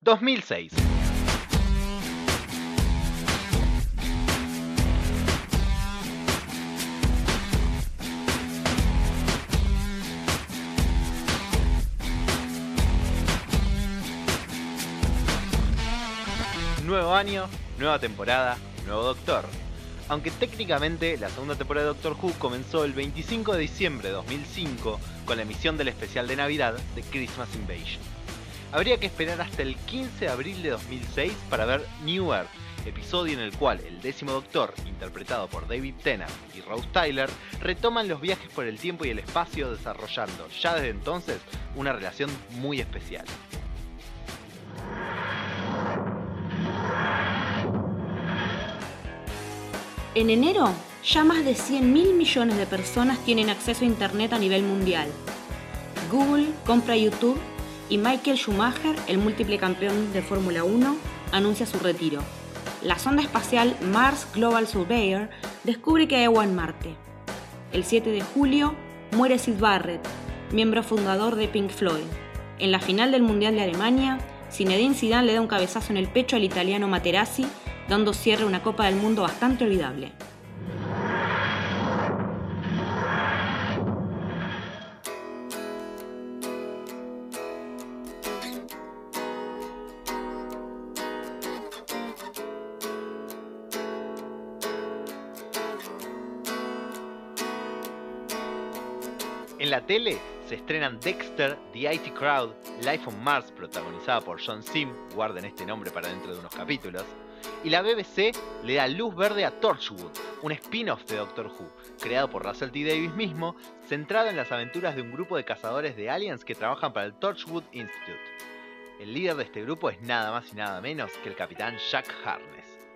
2006. Nuevo año, nueva temporada, nuevo Doctor. Aunque técnicamente la segunda temporada de Doctor Who comenzó el 25 de diciembre de 2005 con la emisión del especial de Navidad de Christmas Invasion. Habría que esperar hasta el 15 de abril de 2006 para ver New Earth, episodio en el cual el 10º Doctor, interpretado por David Tennant y Rose Tyler, retoman los viajes por el tiempo y el espacio desarrollando ya desde entonces una relación muy especial. En enero, ya más de 100.000 millones de personas tienen acceso a Internet a nivel mundial. Google compra YouTube y Michael Schumacher, el múltiple campeón de Fórmula 1, anuncia su retiro. La sonda espacial Mars Global Surveyor descubre que hay agua en Marte. El 7 de julio muere Syd Barrett, miembro fundador de Pink Floyd. En la final del Mundial de Alemania, Zinedine Zidane le da un cabezazo en el pecho al italiano Materazzi, dando cierre a una Copa del Mundo bastante olvidable. En la tele se estrenan Dexter, The IT Crowd, Life on Mars, protagonizada por John Simm, guarden este nombre para dentro de unos capítulos, y la BBC le da luz verde a Torchwood, un spin-off de Doctor Who, creado por Russell T. Davies mismo, centrado en las aventuras de un grupo de cazadores de aliens que trabajan para el Torchwood Institute. El líder de este grupo es nada más y nada menos que el capitán Jack Harkness.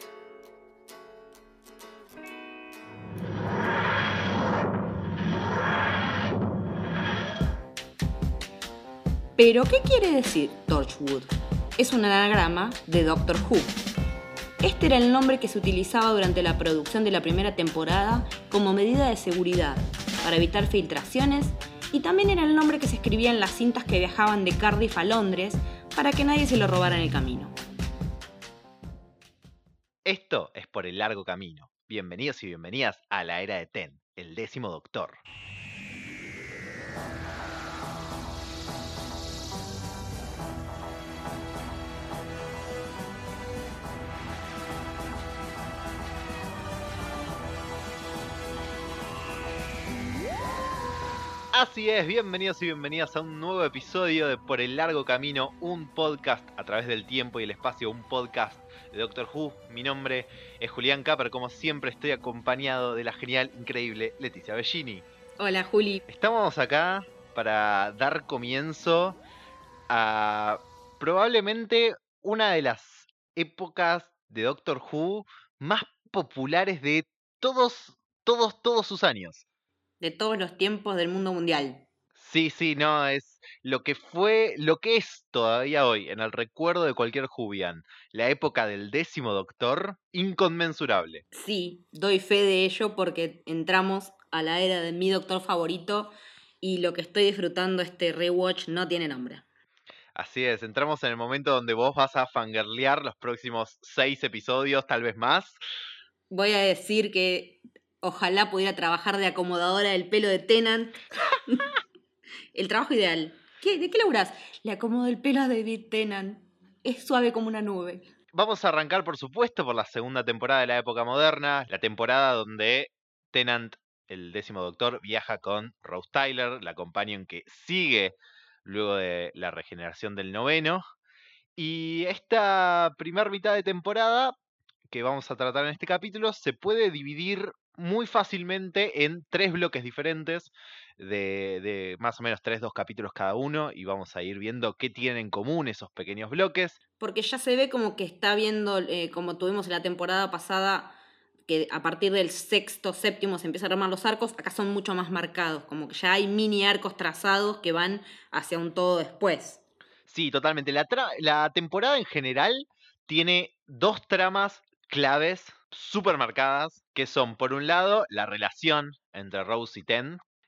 ¿Pero qué quiere decir Torchwood? Es un anagrama de Doctor Who. Este era el nombre que se utilizaba durante la producción de la primera temporada como medida de seguridad, para evitar filtraciones, y también era el nombre que se escribía en las cintas que viajaban de Cardiff a Londres para que nadie se lo robara en el camino. Esto es Por el Largo Camino. Bienvenidos y bienvenidas a la era de Ten, el 10º Doctor. Así es, bienvenidos y bienvenidas a un nuevo episodio de Por el Largo Camino, un podcast a través del tiempo y el espacio, un podcast de Doctor Who. Mi nombre es Julián Capper, como siempre estoy acompañado de la genial, increíble Leticia Bellini. Hola, Juli. Estamos acá para dar comienzo a probablemente una de las épocas de Doctor Who más populares de todos sus años. De todos los tiempos del mundo mundial. Sí, no, es lo que es todavía hoy, en el recuerdo de cualquier Whovian. La época del 10º Doctor, inconmensurable. Sí, doy fe de ello porque entramos a la era de mi doctor favorito y lo que estoy disfrutando este rewatch no tiene nombre. Así es, entramos en el momento donde vos vas a fangirlear los próximos 6 episodios, tal vez más. Voy a decir que ojalá pudiera trabajar de acomodadora del pelo de Tennant. El trabajo ideal. ¿De qué laburás? Le acomodo el pelo a David Tennant. Es suave como una nube. Vamos a arrancar, por supuesto, por la segunda temporada de la época moderna, la temporada donde Tennant, el 10º Doctor, viaja con Rose Tyler, la companion que sigue luego de la regeneración del 9º. Y esta primer mitad de temporada que vamos a tratar en este capítulo se puede dividir muy fácilmente en 3 bloques diferentes de más o menos 2 capítulos cada uno, y vamos a ir viendo qué tienen en común esos pequeños bloques. Porque ya se ve como que está viendo, como tuvimos en la temporada pasada, que a partir del sexto, séptimo se empiezan a armar los arcos, acá son mucho más marcados, como que ya hay mini arcos trazados que van hacia un todo después. Sí, totalmente. La temporada en general tiene 2 tramas claves súper marcadas, que son, por un lado, la relación entre Rose y Ten,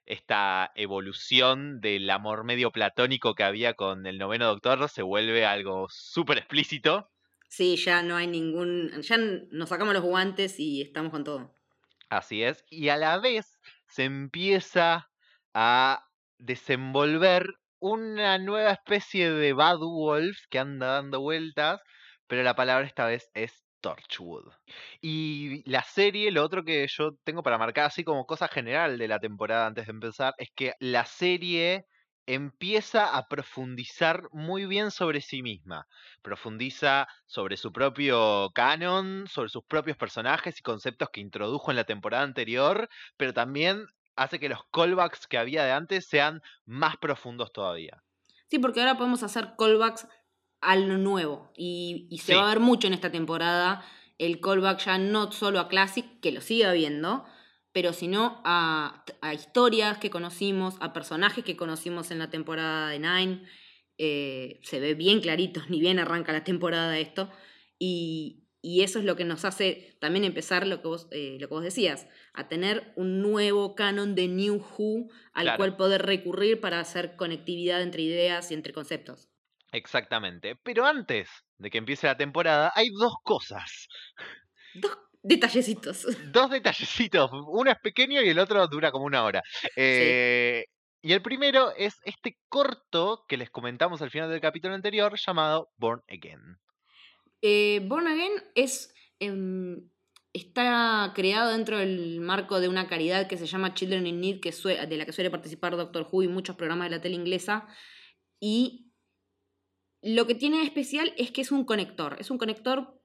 esta evolución del amor medio platónico que había con el noveno doctor se vuelve algo súper explícito. Sí, ya no hay ya nos sacamos los guantes y estamos con todo. Así es. Y a la vez se empieza a desenvolver una nueva especie de Bad Wolf que anda dando vueltas, pero la palabra esta vez es Torchwood. Y la serie, lo otro que yo tengo para marcar así como cosa general de la temporada antes de empezar, es que la serie empieza a profundizar muy bien sobre sí misma. Profundiza sobre su propio canon, sobre sus propios personajes y conceptos que introdujo en la temporada anterior, pero también hace que los callbacks que había de antes sean más profundos todavía. Sí, porque ahora podemos hacer callbacks a lo nuevo. Y se va a ver mucho en esta temporada el callback ya no solo a Classic, que lo sigue habiendo, pero sino a historias que conocimos, a personajes que conocimos en la temporada de Nine. Se ve bien clarito, ni bien arranca la temporada esto. Y eso es lo que nos hace también empezar lo que vos decías, a tener un nuevo canon de New Who al cual poder recurrir para hacer conectividad entre ideas y entre conceptos. Exactamente. Pero antes de que empiece la temporada, hay dos cosas. Dos detallecitos. Dos detallecitos. Uno es pequeño y el otro dura como una hora. Sí. Y el primero es este corto que les comentamos al final del capítulo anterior llamado Born Again. Born Again está creado dentro del marco de una caridad que se llama Children in Need, de la que suele participar Doctor Who y muchos programas de la tele inglesa. Y lo que tiene de especial es que es un conector. Es un conector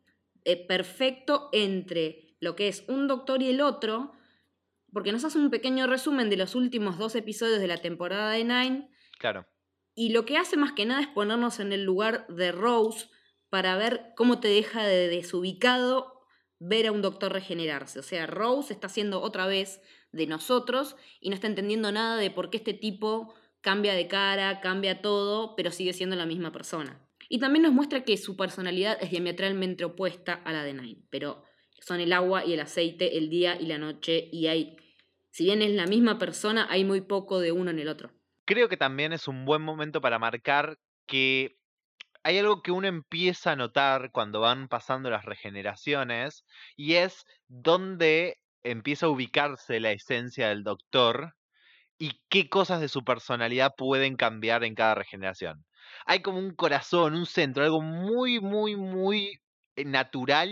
perfecto entre lo que es un doctor y el otro, porque nos hace un pequeño resumen de los últimos 2 episodios de la temporada de Nine. Claro. Y lo que hace más que nada es ponernos en el lugar de Rose para ver cómo te deja de desubicado ver a un doctor regenerarse. O sea, Rose está haciendo otra vez de nosotros y no está entendiendo nada de por qué este tipo cambia de cara, cambia todo, pero sigue siendo la misma persona. Y también nos muestra que su personalidad es diametralmente opuesta a la de Nine, pero son el agua y el aceite, el día y la noche, y si bien es la misma persona, hay muy poco de uno en el otro. Creo que también es un buen momento para marcar que hay algo que uno empieza a notar cuando van pasando las regeneraciones y es dónde empieza a ubicarse la esencia del doctor y qué cosas de su personalidad pueden cambiar en cada regeneración. Hay como un corazón, un centro, algo muy, muy, muy natural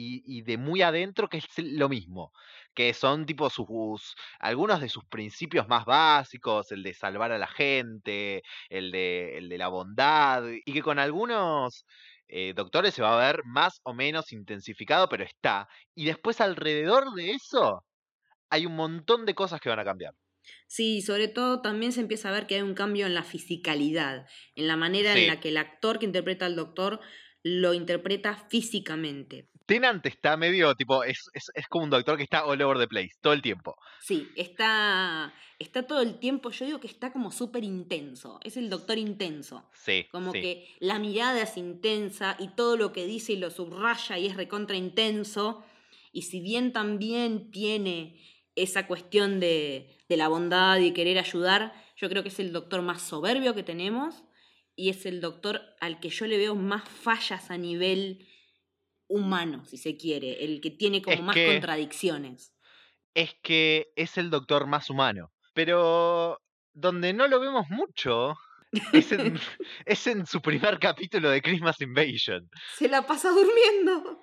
y de muy adentro que es lo mismo, que son tipo algunos de sus principios más básicos, el de salvar a la gente, el de la bondad, y que con algunos doctores se va a ver más o menos intensificado, pero está. Y después alrededor de eso hay un montón de cosas que van a cambiar. Sí, sobre todo también se empieza a ver que hay un cambio en la fisicalidad, en la manera en la que el actor que interpreta al doctor lo interpreta físicamente. Tennant está medio, tipo, es como un doctor que está all over the place, todo el tiempo. Sí, está todo el tiempo, yo digo que está como súper intenso, es el doctor intenso. Sí, Como sí. que la mirada es intensa y todo lo que dice y lo subraya y es recontra intenso. Y si bien también tiene esa cuestión de la bondad y querer ayudar, yo creo que es el doctor más soberbio que tenemos y es el doctor al que yo le veo más fallas a nivel humano, si se quiere, el que tiene como más contradicciones. Es que es el doctor más humano. Pero donde no lo vemos mucho es en, es en su primer capítulo de Christmas Invasion. Se la pasa durmiendo.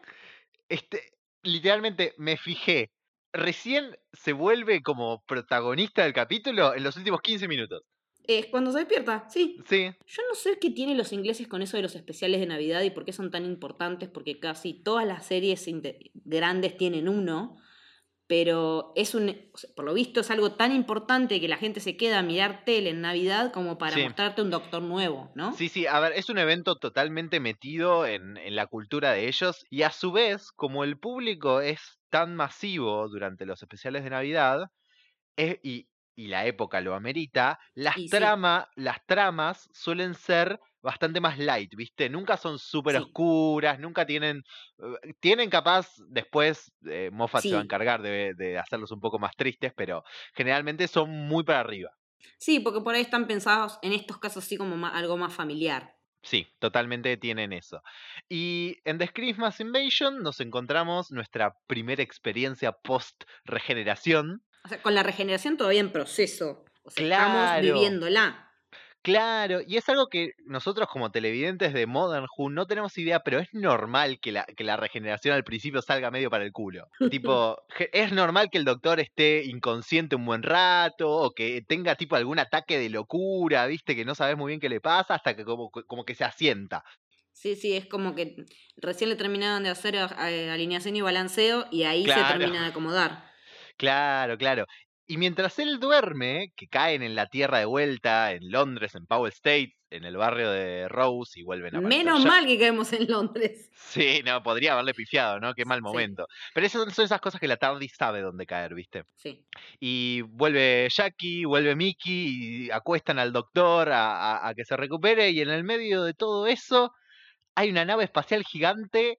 Literalmente me fijé. Recién se vuelve como protagonista del capítulo en los últimos 15 minutos. Es cuando se despierta, sí. Sí. Yo no sé qué tienen los ingleses con eso de los especiales de Navidad y por qué son tan importantes, porque casi todas las series grandes tienen uno, pero por lo visto es algo tan importante que la gente se queda a mirar tele en Navidad como para mostrarte un doctor nuevo, ¿no? Sí, a ver, es un evento totalmente metido en la cultura de ellos y a su vez, como el público es tan masivo durante los especiales de Navidad y la época lo amerita, las tramas suelen ser bastante más light, ¿viste? Nunca son súper Sí, oscuras, nunca tienen capaz, después Moffat se va a sí. encargar de hacerlos un poco más tristes, pero generalmente son muy para arriba. Sí, porque por ahí están pensados en estos casos sí como algo más familiar. Sí, totalmente tienen eso. Y en The Christmas Invasion nos encontramos nuestra primera experiencia post-regeneración. O sea, con la regeneración todavía en proceso. O sea, estamos Claro, viviéndola. claro. Y es algo que nosotros como televidentes de Modern Who no tenemos idea, pero es normal que la regeneración al principio salga medio para el culo. Tipo, es normal que el doctor esté inconsciente un buen rato o que tenga tipo algún ataque de locura, viste, que no sabes muy bien qué le pasa hasta que como que se asienta. Sí, sí, es como que recién le terminaban de hacer alineación y balanceo y ahí se Claro. termina de acomodar. Claro, claro. Y mientras él duerme, que caen en la tierra de vuelta, en Londres, en Powell State, en el barrio de Rose, y vuelven a aparecer Menos ya. mal que caemos en Londres. Sí, no, podría haberle pifiado, ¿no? Qué mal Sí, momento. Pero esas son esas cosas que la TARDIS sabe dónde caer, ¿viste? sí. Y vuelve Jackie, vuelve Mickey, y acuestan al doctor a que se recupere, y en el medio de todo eso hay una nave espacial gigante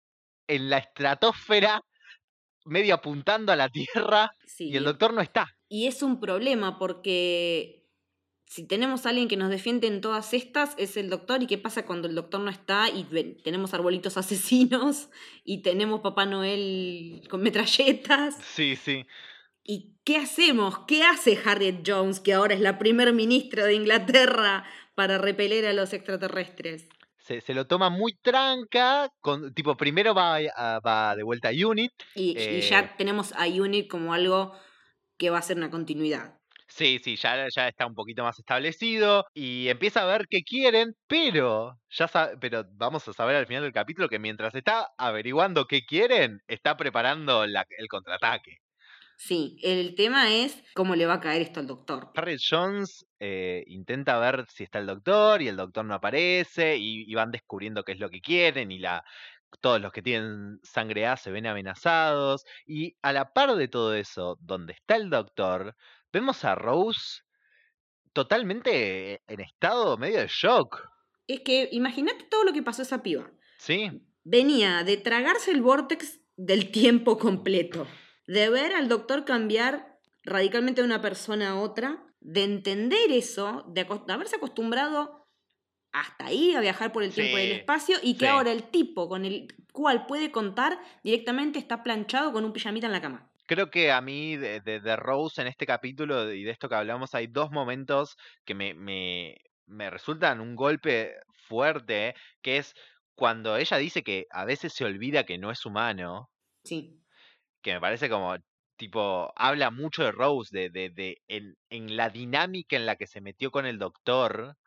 en la estratosfera, medio apuntando a la Tierra, y el Sí, doctor no está. y es un problema porque si tenemos a alguien que nos defiende en todas estas, es el doctor. ¿Y qué pasa cuando el doctor no está y tenemos arbolitos asesinos y tenemos Papá Noel con metralletas? Sí, sí. ¿Y qué hacemos? ¿Qué hace Harriet Jones, que ahora es la primer ministra de Inglaterra, para repeler a los extraterrestres? Se lo toma muy tranca, tipo, primero va de vuelta a Unit. Y eh, ya tenemos a UNIT como algo que va a ser una continuidad. sí, sí, ya está un poquito más establecido y empieza a ver qué quieren, pero pero vamos a saber al final del capítulo que mientras está averiguando qué quieren, está preparando el contraataque. Sí, el tema es cómo le va a caer esto al doctor. Harriet Jones intenta ver si está el doctor y el doctor no aparece y van descubriendo qué es lo que quieren y todos los que tienen sangre A se ven amenazados. Y a la par de todo eso, donde está el doctor, vemos a Rose totalmente en estado medio de shock. Es que imagínate todo lo que pasó a esa piba. ¿Sí? Venía de tragarse el vortex del tiempo completo, de ver al doctor cambiar radicalmente de una persona a otra, de entender eso, de haberse acostumbrado hasta ahí a viajar por el tiempo y el Sí, espacio y que sí. ahora el tipo con el cual puede contar directamente está planchado con un pijamita en la cama. Creo que a mí de Rose en este capítulo y de esto que hablamos hay dos momentos que me resultan un golpe fuerte, que es cuando ella dice que a veces se olvida que no es humano, Sí, que me parece como, tipo, habla mucho de Rose, en la dinámica en la que se metió con el doctor,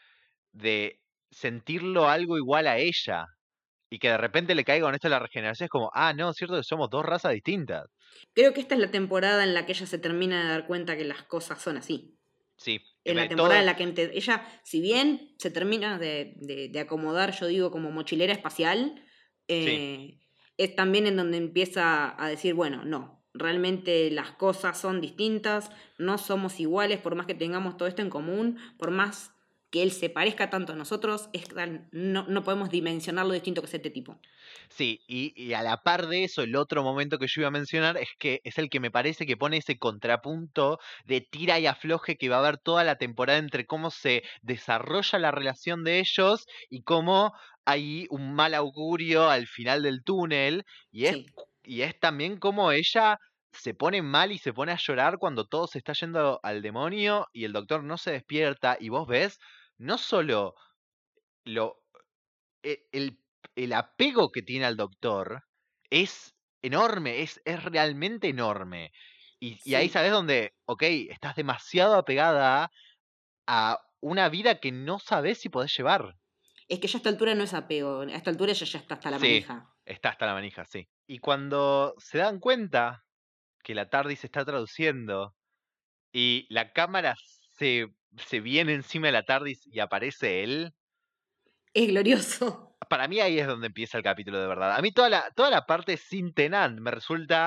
de sentirlo algo igual a ella, y que de repente le caiga con esto de la regeneración, es como, ah, no, es cierto que somos dos razas distintas. creo que esta es la temporada en la que ella se termina de dar cuenta que las cosas son así. Sí, En la temporada todo, en la que ella, si bien se termina de acomodar, yo digo, como mochilera espacial, sí. es también en donde empieza a decir, bueno, no, realmente las cosas son distintas, no somos iguales, por más que tengamos todo esto en común, por más que él se parezca tanto a nosotros, no podemos dimensionar lo distinto que es este tipo. Sí, y a la par de eso, el otro momento que yo iba a mencionar es que es el que me parece que pone ese contrapunto de tira y afloje que va a haber toda la temporada entre cómo se desarrolla la relación de ellos y cómo hay un mal augurio al final del túnel, Sí. y es también cómo ella se pone mal y se pone a llorar cuando todo se está yendo al demonio y el doctor no se despierta y vos ves no solo lo e el apego que tiene al doctor es enorme, es realmente enorme. Y ahí Sí, sabes donde, okey, estás demasiado apegada a una vida que no sabes si podés llevar. es que ya a esta altura no es apego, a esta altura ella ya está hasta la Sí, manija. está hasta la manija, sí. Y cuando se dan cuenta que la TARDIS se está traduciendo y la cámara se viene encima de la TARDIS y aparece él, Es glorioso. para mí ahí es donde empieza el capítulo de verdad. A mí toda la parte sin Tennant me resulta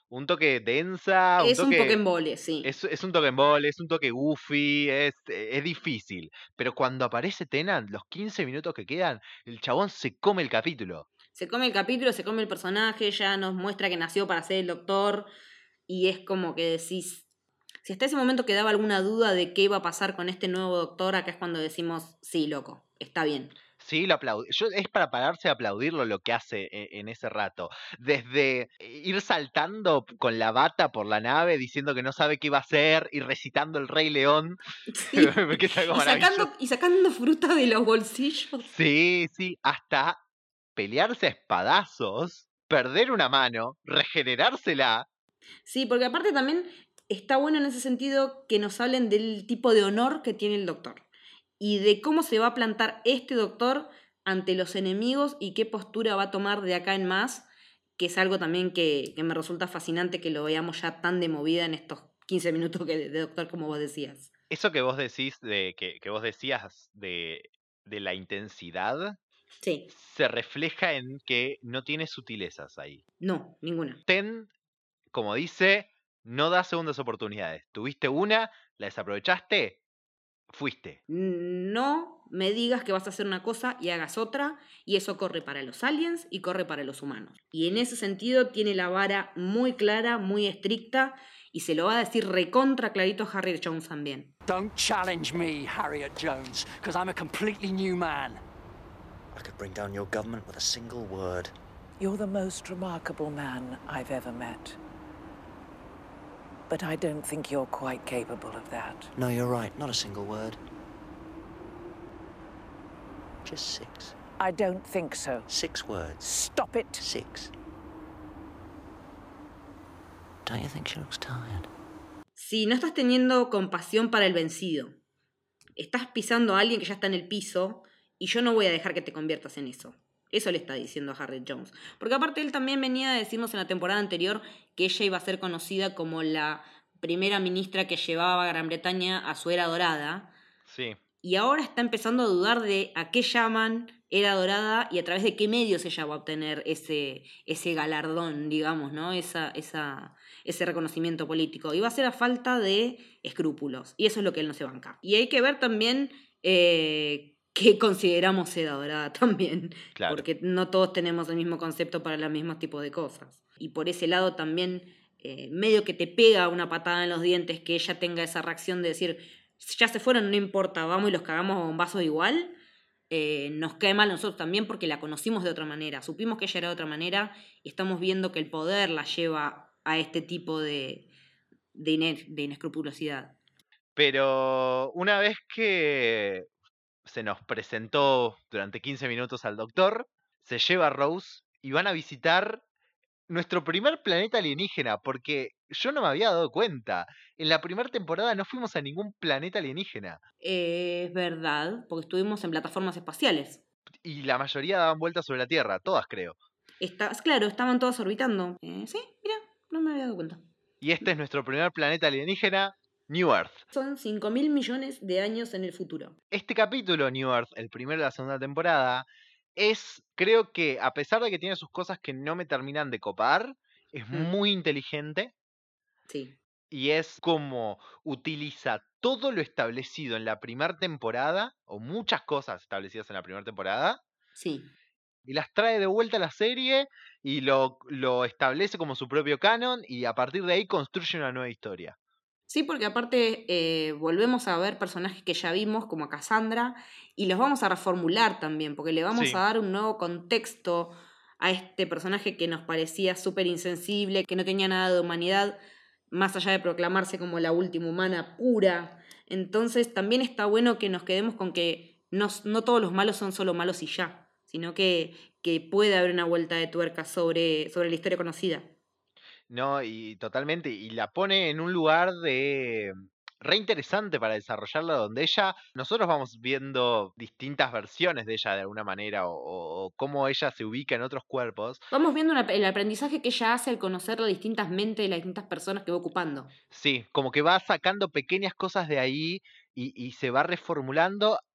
un toque densa, Es un toque embole, sí. Es un toque embole, es un toque goofy, es difícil. Pero cuando aparece Tennant, los 15 minutos que quedan, el chabón se come el capítulo. Se come el capítulo, se come el personaje, ya nos muestra que nació para ser el doctor, y es como que decís, si hasta ese momento quedaba alguna duda de qué iba a pasar con este nuevo doctor, acá es cuando decimos, sí, loco, está bien. Sí, lo aplaudo. Es para pararse a aplaudirlo lo que hace en ese rato. Desde ir saltando con la bata por la nave diciendo que no sabe qué iba a hacer y recitando el Rey León, Sí. que es algo Y maravilloso. sacando fruta de los bolsillos. Sí, sí, hasta pelearse a espadazos, perder una mano, regenerársela. Sí, porque aparte también está bueno en ese sentido que nos hablen del tipo de honor que tiene el doctor y de cómo se va a plantar este doctor ante los enemigos y qué postura va a tomar de acá en más, que es algo también que me resulta fascinante que lo veamos ya tan de movida en estos 15 minutos de doctor como vos decías. Eso que vos decís, que vos decías de la intensidad, Sí, se refleja en que no tiene sutilezas ahí. no, ninguna. Como dice, no da segundas oportunidades. Tuviste una, la desaprovechaste, fuiste. No me digas que vas a hacer una cosa y hagas otra, y eso corre para los aliens y corre para los humanos. Y en ese sentido tiene la vara muy clara, muy estricta, y se lo va a decir recontra clarito a Harriet Jones también. Don't challenge me, Harriet Jones, because I'm a completely new man. I could bring down your government with a single word. You're the most remarkable man I've ever met. But I don't think you're quite capable of that. No, you're right. Not a single word. Just 6. I don't think so. 6 words. Stop it. 6. Don't you think she looks tired? Si no estás teniendo compasión para el vencido, estás pisando a alguien que ya está en el piso, y yo no voy a dejar que te conviertas en eso. Eso le está diciendo a Harriet Jones. Porque aparte él también venía a decirnos en la temporada anterior que ella iba a ser conocida como la primera ministra que llevaba a Gran Bretaña a su era dorada. Sí. Y ahora está empezando a dudar de a qué llaman era dorada y a través de qué medios ella va a obtener ese galardón, digamos, ¿no? Ese reconocimiento político. Y va a ser a falta de escrúpulos. Y eso es lo que él no se banca. Y hay que ver también qué consideramos era dorada también. Claro. Porque no todos tenemos el mismo concepto para los mismos tipos de cosas. Y por ese lado también medio que te pega una patada en los dientes que ella tenga esa reacción de decir, ya se fueron, no importa, vamos y los cagamos a bombazos igual. Nos cae mal a nosotros también porque la conocimos de otra manera, supimos que ella era de otra manera y estamos viendo que el poder la lleva a este tipo de inescrupulosidad. Pero una vez que se nos presentó durante 15 minutos al doctor, se lleva a Rose y van a visitar nuestro primer planeta alienígena, porque yo no me había dado cuenta. En la primera temporada no fuimos a ningún planeta alienígena. Es verdad, porque estuvimos en plataformas espaciales. Y la mayoría daban vueltas sobre la Tierra, todas creo. Claro, estaban todas orbitando. Sí, mira, no me había dado cuenta. Y este es nuestro primer planeta alienígena, New Earth. Son 5.000 millones de años en el futuro. Este capítulo, New Earth, el primero de la segunda temporada, creo que, a pesar de que tiene sus cosas que no me terminan de copar, es muy inteligente. Sí. Y es como utiliza todo lo establecido en la primera temporada, o muchas cosas establecidas en la primera temporada, Sí. y las trae de vuelta a la serie y lo establece como su propio canon, y a partir de ahí construye una nueva historia. Sí, porque aparte volvemos a ver personajes que ya vimos, como a Cassandra, y los vamos a reformular también, porque le vamos Sí. a dar un nuevo contexto a este personaje que nos parecía súper insensible, que no tenía nada de humanidad, más allá de proclamarse como la última humana pura. Entonces también está bueno que nos quedemos con que no todos los malos son solo malos y ya, sino que puede haber una vuelta de tuerca sobre la historia conocida. No, y totalmente, y la pone en un lugar de re interesante para desarrollarla, donde nosotros vamos viendo distintas versiones de ella de alguna manera, o cómo ella se ubica en otros cuerpos. Vamos viendo el aprendizaje que ella hace al conocer las distintas mentes de las distintas personas que va ocupando. Sí, como que va sacando pequeñas cosas de ahí y se va reformulando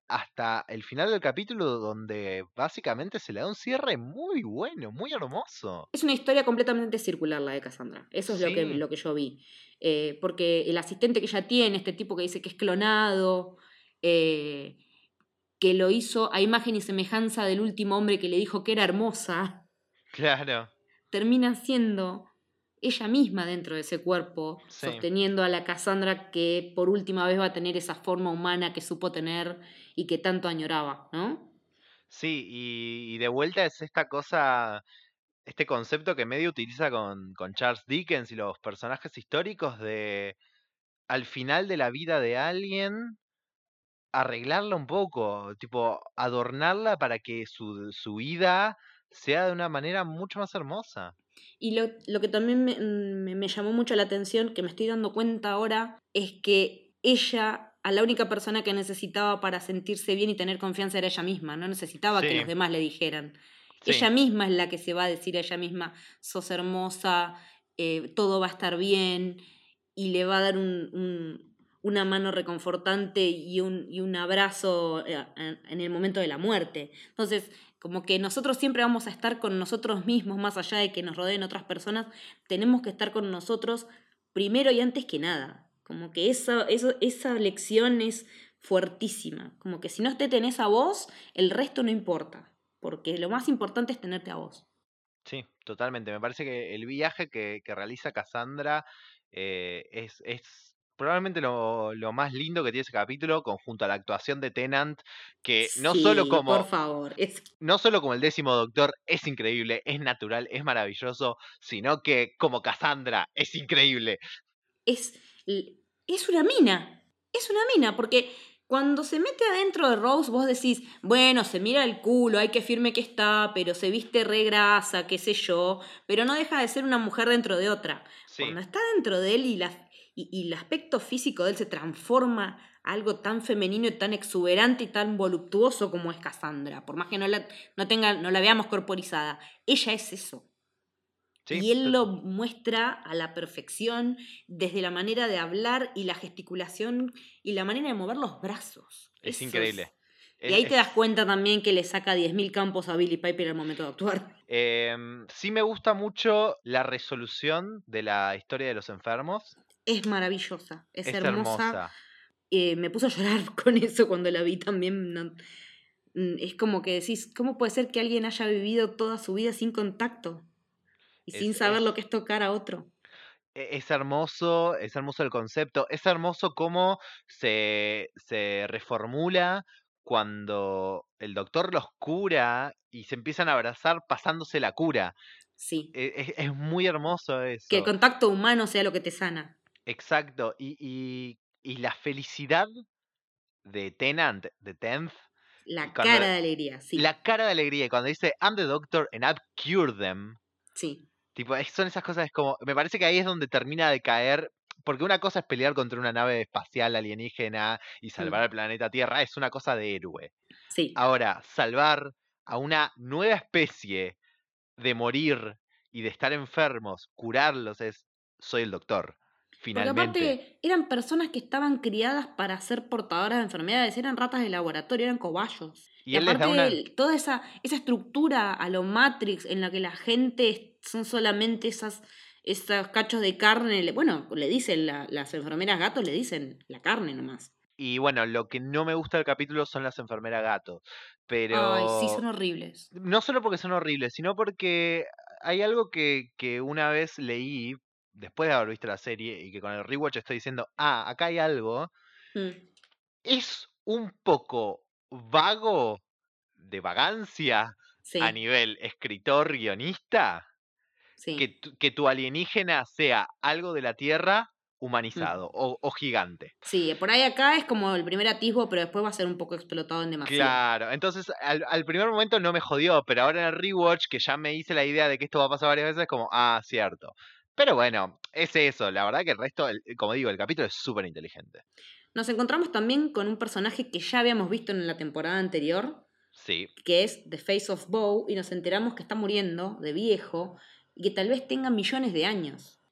hasta el final del capítulo donde básicamente se le da un cierre muy bueno, muy hermoso. Es una historia completamente circular la de Cassandra. Eso es Sí, lo que yo vi. Porque el asistente que ella tiene, este tipo que dice que es clonado, eh, que lo hizo a imagen y semejanza del último hombre que le dijo que era hermosa, claro, termina siendo ella misma dentro de ese cuerpo, sí. sosteniendo a la Cassandra que por última vez va a tener esa forma humana que supo tener y que tanto añoraba, ¿no? Sí, y de vuelta es esta cosa, este concepto que medio utiliza con Charles Dickens y los personajes históricos de al final de la vida de alguien arreglarla un poco, tipo adornarla para que su vida sea de una manera mucho más hermosa. Y lo que también me llamó mucho la atención, que me estoy dando cuenta ahora, es que ella, a la única persona que necesitaba para sentirse bien y tener confianza era ella misma, no necesitaba que Sí, los demás le dijeran. sí, Ella misma es la que se va a decir a ella misma, sos hermosa, todo va a estar bien, y le va a dar una mano reconfortante y un abrazo en el momento de la muerte. Entonces, como que nosotros siempre vamos a estar con nosotros mismos, más allá de que nos rodeen otras personas, tenemos que estar con nosotros primero y antes que nada. Como que esa lección es fuertísima. Como que si no te tenés a vos, el resto no importa. Porque lo más importante es tenerte a vos. sí, totalmente. Me parece que el viaje que realiza Cassandra es probablemente lo más lindo que tiene ese capítulo, conjunto a la actuación de Tennant, que Sí, por favor. no solo como el 10.º Doctor es increíble, es natural, es maravilloso, sino que como Cassandra es increíble. Es, es una mina. Es una mina, porque cuando se mete adentro de Rose, vos decís, bueno, se mira el culo, ay, qué firme que está, pero se viste re grasa, qué sé yo, pero no deja de ser una mujer dentro de otra. Sí, Cuando está dentro de él y el aspecto físico de él se transforma a algo tan femenino y tan exuberante y tan voluptuoso como es Cassandra, por más que no la veamos corporizada, ella es eso. sí, Y él lo muestra a la perfección desde la manera de hablar y la gesticulación y la manera de mover los brazos. es Eso increíble. es. Y ahí te das Es, cuenta también que le saca 10.000 campos a Billie Piper al momento de actuar. sí me gusta mucho la resolución de la historia de los enfermos. Es maravillosa, es Es hermosa. hermosa. Me puso a llorar con eso cuando la vi también. Es como que decís, ¿cómo puede ser que alguien haya vivido toda su vida sin contacto y sin saber lo que es tocar a otro? Es hermoso el concepto, es hermoso cómo se reformula cuando el doctor los cura y se empiezan a abrazar pasándose la cura. Sí. Es muy hermoso Que el eso, contacto humano sea lo que te sana. exacto. Y la felicidad de Tennant, de Tenth, y La cuando cara de alegría, sí. la cara de alegría, y cuando dice I'm the doctor and I've cured them. Sí. Tipo, son esas cosas, es como, me parece que ahí es donde termina de caer, porque una cosa es pelear contra una nave espacial alienígena y salvar Mm, al planeta Tierra, es una cosa de héroe. sí. Ahora, salvar a una nueva especie de morir y de estar enfermos, curarlos, soy el doctor, Porque finalmente. aparte eran personas que estaban criadas para ser portadoras de enfermedades, eran ratas de laboratorio, eran cobayos. Y Y él les da aparte una... toda esa estructura a lo Matrix en la que la gente son solamente esos cachos de carne, bueno, le dicen las enfermeras gatos, le dicen la carne nomás. Y bueno, lo que no me gusta del capítulo son las enfermeras gato, Ay, sí, pero son horribles. no solo porque son horribles, sino porque hay algo que una vez leí, después de haber visto la serie, y que con el rewatch estoy diciendo, acá hay algo, Mm, es un poco vago de vagancia a sí, nivel escritor, guionista, sí. que tu alienígena sea algo de la Tierra Mm. humanizado o gigante. Sí, por ahí acá es como el primer atisbo, pero después va a ser un poco explotado en demasía. Claro, entonces al primer momento no me jodió, pero ahora en el rewatch, que ya me hice la idea de que esto va a pasar varias veces, como, cierto. Pero bueno, es eso, la verdad que el resto, como digo, el capítulo es súper inteligente. Nos encontramos también con un personaje que ya habíamos visto en la temporada anterior, Sí, que es The Face of Bow, y nos enteramos que está muriendo de viejo y que tal vez tenga millones de años.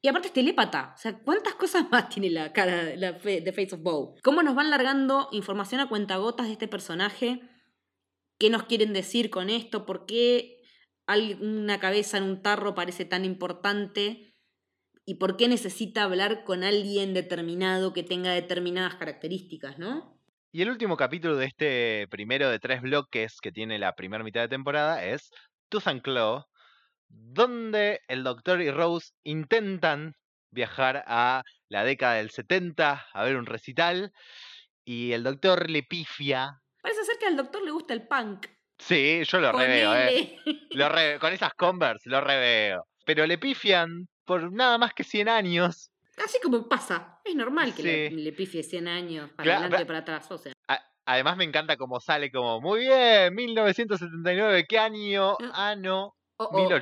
Y aparte es telépata. O sea, ¿cuántas cosas más tiene la cara de Face of Bow? ¿Cómo nos van largando información a cuentagotas de este personaje? ¿Qué nos quieren decir con esto? ¿Por qué una cabeza en un tarro parece tan importante? ¿Y por qué necesita hablar con alguien determinado que tenga determinadas características, no? Y el último capítulo de este primero de 3 bloques que tiene la primera mitad de temporada es Tooth and Claw, donde el Doctor y Rose intentan viajar a la década del 70 a ver un recital y el Doctor le pifia. Parece ser que al doctor le gusta el punk. Sí, yo lo reveo, Ponele. con esas Converse lo reveo. Pero le pifian por nada más que 100 años. Así como pasa. Es normal que Sí. le pifie 100 años para Claro, adelante y para atrás. O sea. Además me encanta cómo sale como, muy bien, 1979, ¿qué año? No, Oh, oh.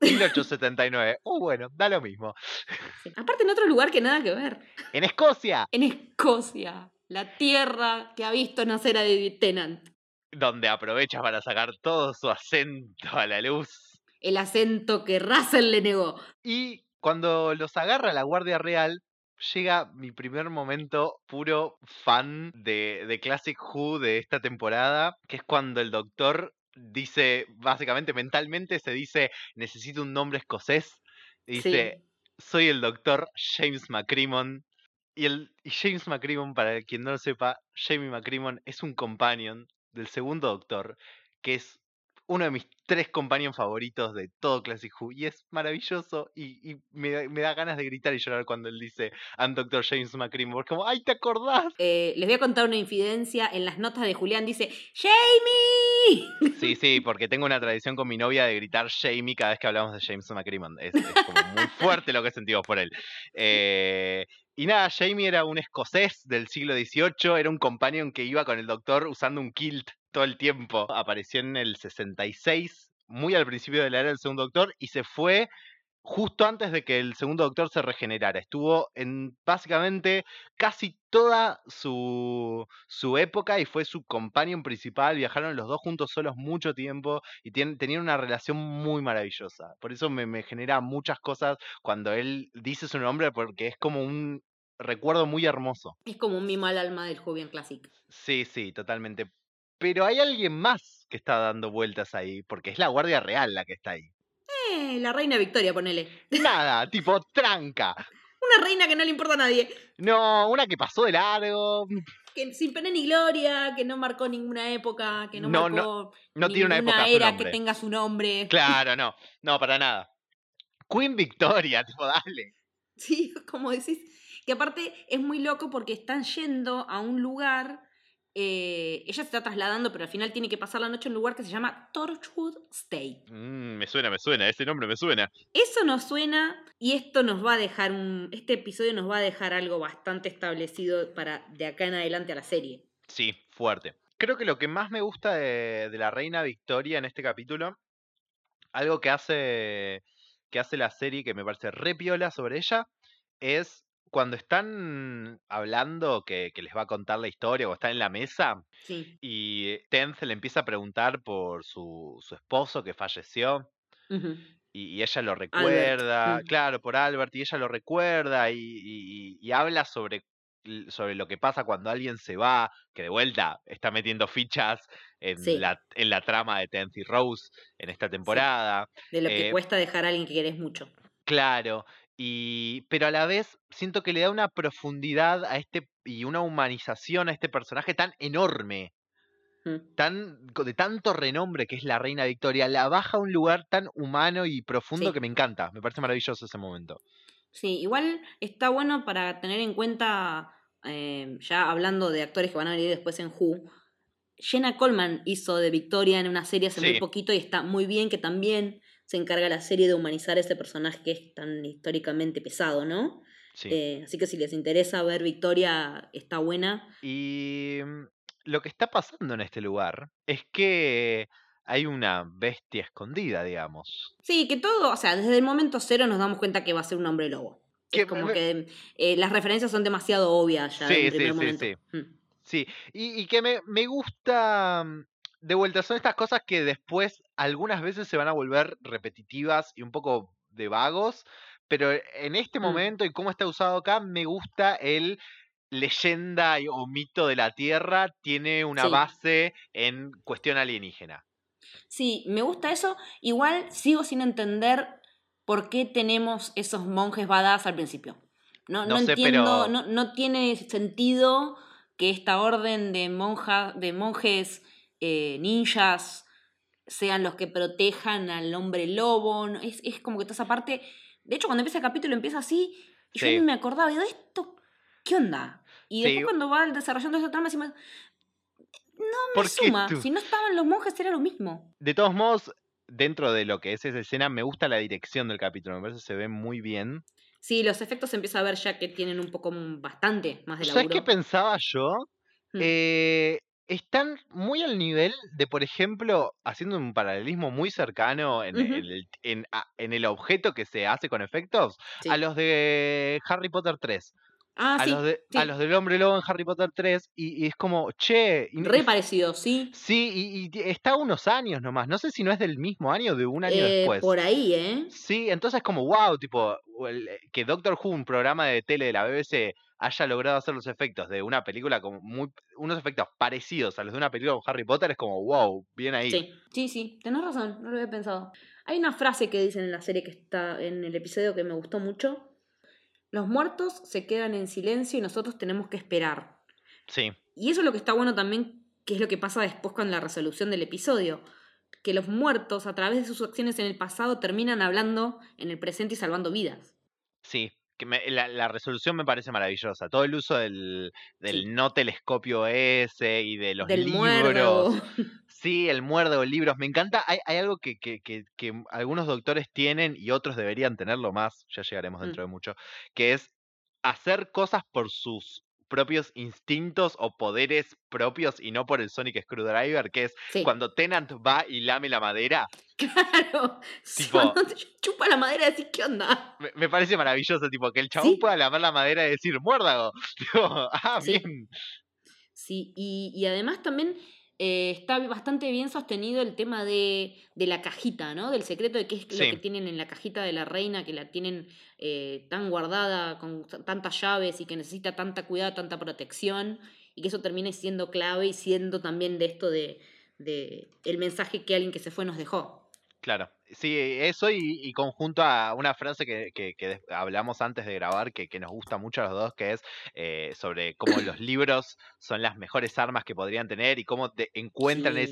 1879. Bueno, da lo mismo. Sí. Aparte en otro lugar que nada que ver. En Escocia, En Escocia. La tierra que ha visto nacer a David Tennant. donde aprovecha para sacar todo su acento a la luz. El acento que Russell le negó. Y cuando los agarra la Guardia Real, llega mi primer momento puro fan de Classic Who de esta temporada, que es cuando el doctor dice, básicamente mentalmente se dice, necesito un nombre escocés. Y dice, soy el doctor James McCrimmon. Y James McCrimmon, para quien no lo sepa, Jamie McCrimmon es un companion del segundo doctor, que es uno de mis 3 companions favoritos de todo Classic Who, y es maravilloso, y me da ganas de gritar y llorar cuando él dice I'm Dr. James McCrimmon, porque como, ¡ay, te acordás! Les voy a contar una infidencia. En las notas de Julián dice ¡Jamie! Sí, porque tengo una tradición con mi novia de gritar Jamie cada vez que hablamos de James McCrimmon. Es como muy fuerte lo que sentimos por él. Y nada, Jamie era un escocés del siglo XVIII, era un companion que iba con el doctor usando un kilt todo el tiempo. Apareció en el 66, muy al principio de la era del segundo doctor, y se fue justo antes de que el segundo doctor se regenerara. Estuvo en básicamente casi toda su época y fue su companion principal. Viajaron los dos juntos solos mucho tiempo y tenían una relación muy maravillosa. Por eso me genera muchas cosas cuando él dice su nombre, porque es como un recuerdo muy hermoso. Es como un mimo al alma del Julián Classic. Sí, totalmente. Pero hay alguien más que está dando vueltas ahí, porque es la Guardia Real la que está ahí. La reina Victoria, ponele. Nada, tipo tranca. Una reina que no le importa a nadie. No, una que pasó de largo. Que sin pena ni gloria, que no marcó ninguna época, que no No, marcó no tiene una época a su era nombre. que tenga su nombre. Claro, no, para nada. Queen Victoria, tipo, dale. Sí, como decís, que aparte es muy loco porque están yendo a un lugar, ella se está trasladando, pero al final tiene que pasar la noche en un lugar que se llama Torchwood State. Me suena, ese nombre me suena. Eso nos suena y esto nos va a dejar este episodio nos va a dejar algo bastante establecido para de acá en adelante a la serie. Sí, fuerte. Creo que lo que más me gusta de la reina Victoria en este capítulo, algo que hace la serie que me parece re piola sobre ella, es cuando están hablando que les va a contar la historia o están en la mesa. Sí. Y Tenth le empieza a preguntar por su esposo que falleció. Uh-huh. Y ella lo recuerda, claro, por Albert, y ella lo recuerda y habla sobre lo que pasa cuando alguien se va, que de vuelta está metiendo fichas en la trama de Tenth y Rose en esta temporada. Sí. De lo que cuesta dejar a alguien que querés mucho. Claro, pero a la vez siento que le da una profundidad y una humanización a este personaje tan enorme. De tanto renombre que es la reina Victoria, la baja a un lugar tan humano y profundo que me encanta. Me parece maravilloso ese momento. Sí, igual está bueno para tener en cuenta, ya hablando de actores que van a venir después en Who, Jenna Coleman hizo de Victoria en una serie hace muy poquito y está muy bien, que también se encarga la serie de humanizar ese personaje que es tan históricamente pesado, ¿no? Sí. Así que si les interesa ver Victoria, está buena. Y lo que está pasando en este lugar es que hay una bestia escondida, digamos. Sí, que todo, o sea, desde el momento cero nos damos cuenta que va a ser un hombre lobo. Es como que las referencias son demasiado obvias ya en el primer momento. Sí, y que me gusta, de vuelta, son estas cosas que después algunas veces se van a volver repetitivas y un poco de vagos, Pero en este momento y cómo está usado acá, me gusta el leyenda o mito de la Tierra tiene una Sí. base en cuestión alienígena. Sí, me gusta eso. Igual sigo sin entender por qué tenemos esos monjes badass al principio. No No sé, entiendo, pero no tiene sentido que esta orden de monjes ninjas sean los que protejan al hombre lobo. Es como que toda esa parte. De hecho, cuando empieza el capítulo empieza así, y yo sí, ni me acordaba. Y de esto, ¿qué onda? Y después sí, cuando va desarrollando esa trama, decimos, no me ¿por qué suma. tú? Si no estaban los monjes era lo mismo. De todos modos, dentro de lo que es esa escena, me gusta la dirección del capítulo, me parece que se ve muy bien. Sí, los efectos se empieza a ver ya que tienen un poco bastante más de ¿Sabes qué laburo. pensaba yo? Mm. Están muy al nivel de, por ejemplo, haciendo un paralelismo muy cercano Ujú. en el objeto que se hace con efectos, Sí. a los de Harry Potter 3. Ah, A los sí, a los sí. del Hombre Lobo en Harry Potter 3 y es como, che, Re parecido, sí. sí, está a unos años nomás, no sé si no es del mismo año o de un año después. Por ahí, ¿eh? Sí, entonces como wow, tipo, que Doctor Who, un programa de tele de la BBC, haya logrado hacer los efectos de una película como unos efectos parecidos a los de una película con Harry Potter, es como wow, bien ahí. Sí, tenés razón, no lo había pensado. Hay una frase que dicen en la serie que está en el episodio que me gustó mucho. Los muertos se quedan en silencio y nosotros tenemos que esperar. Sí, Y eso es lo que está bueno también, que es lo que pasa después con la resolución del episodio. Que los muertos, a través de sus acciones en el pasado, terminan hablando en el presente y salvando vidas. sí. La resolución me parece maravillosa. Todo el uso del Sí. no telescopio ese y de los Del muérdago. libros. Sí, el muérdago, libros. Me encanta. Hay algo que algunos doctores tienen y otros deberían tenerlo más. Ya llegaremos dentro de mucho. Que es hacer cosas por sus propios instintos o poderes propios y no por el Sonic Screwdriver, que es Sí. cuando Tennant va y lame la madera. Claro. Tipo, Cuando chupa la madera decís, ¿qué onda? me parece maravilloso, tipo, que el chabón Sí. pueda lamer la madera y decir, muérdago. Tipo, Sí. bien. Sí, y además también está bastante bien sostenido el tema de la cajita, ¿no? Del secreto de qué es lo Sí. que tienen en la cajita de la reina, que la tienen tan guardada, con tantas llaves y que necesita tanta cuidado, tanta protección, y que eso termine siendo clave y siendo también de esto de el mensaje que alguien que se fue nos dejó. Claro, sí, eso y conjunto a una frase que hablamos antes de grabar que nos gusta mucho a los dos, que es sobre cómo los libros son las mejores armas que podrían tener y cómo encuentran Sí. es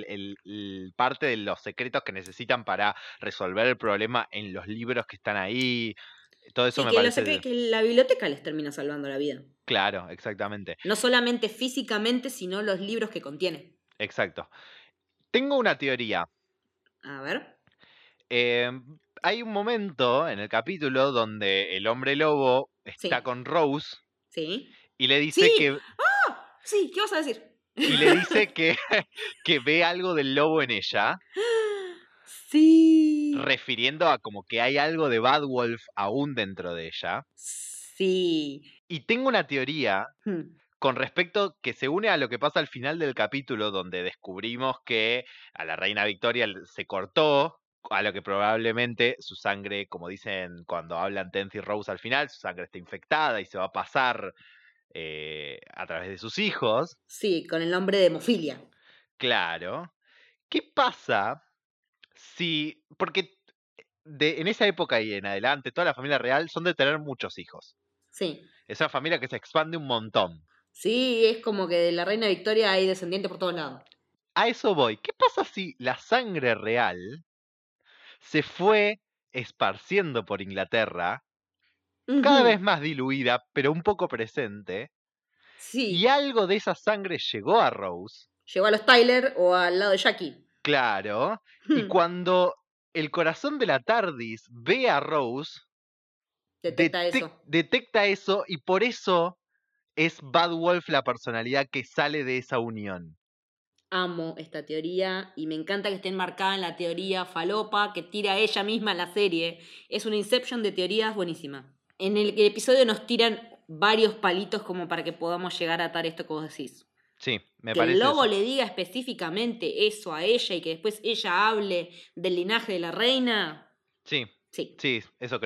el parte de los secretos que necesitan para resolver el problema en los libros que están ahí. Todo eso Sí, me que, parece que la biblioteca les termina salvando la vida. claro, exactamente. No solamente físicamente, sino los libros que contiene. Exacto. Tengo una teoría. A ver. Hay un momento en el capítulo donde el hombre lobo está Sí. con Rose Sí. y le dice ¡Sí! que ¡Ah! Sí, ¿qué vas a decir? y le dice que ve algo del lobo en ella, Sí. refiriendo a como que hay algo de Bad Wolf aún dentro de ella. Sí. Y tengo una teoría Hmm. con respecto que se une a lo que pasa al final del capítulo, donde descubrimos que a la reina Victoria se cortó, a lo que probablemente su sangre, como dicen cuando hablan Tenth y Rose al final, su sangre está infectada y se va a pasar a través de sus hijos. Sí, con el nombre de hemofilia. Claro. ¿Qué pasa si... Porque en esa época y en adelante, toda la familia real son de tener muchos hijos. Sí. Es una familia que se expande un montón. Sí, es como que de la reina Victoria hay descendientes por todos lados. A eso voy. ¿Qué pasa si la sangre real se fue esparciendo por Inglaterra, cada Ujú. vez más diluida, pero un poco presente, Sí. y algo de esa sangre llegó a Rose? Llegó a los Tyler o al lado de Jackie. Claro. Y Hmm. cuando el corazón de la TARDIS ve a Rose, Detecta eso. detecta eso y por eso es Bad Wolf la personalidad que sale de esa unión. Amo esta teoría y me encanta que esté enmarcada en la teoría falopa que tira ella misma en la serie. Es una inception de teorías buenísima. En el episodio nos tiran varios palitos como para que podamos llegar a atar esto que vos decís. Sí, me Que parece el lobo eso. le diga específicamente eso a ella y que después ella hable del linaje de la reina. Sí, Sí. sí, eso creo.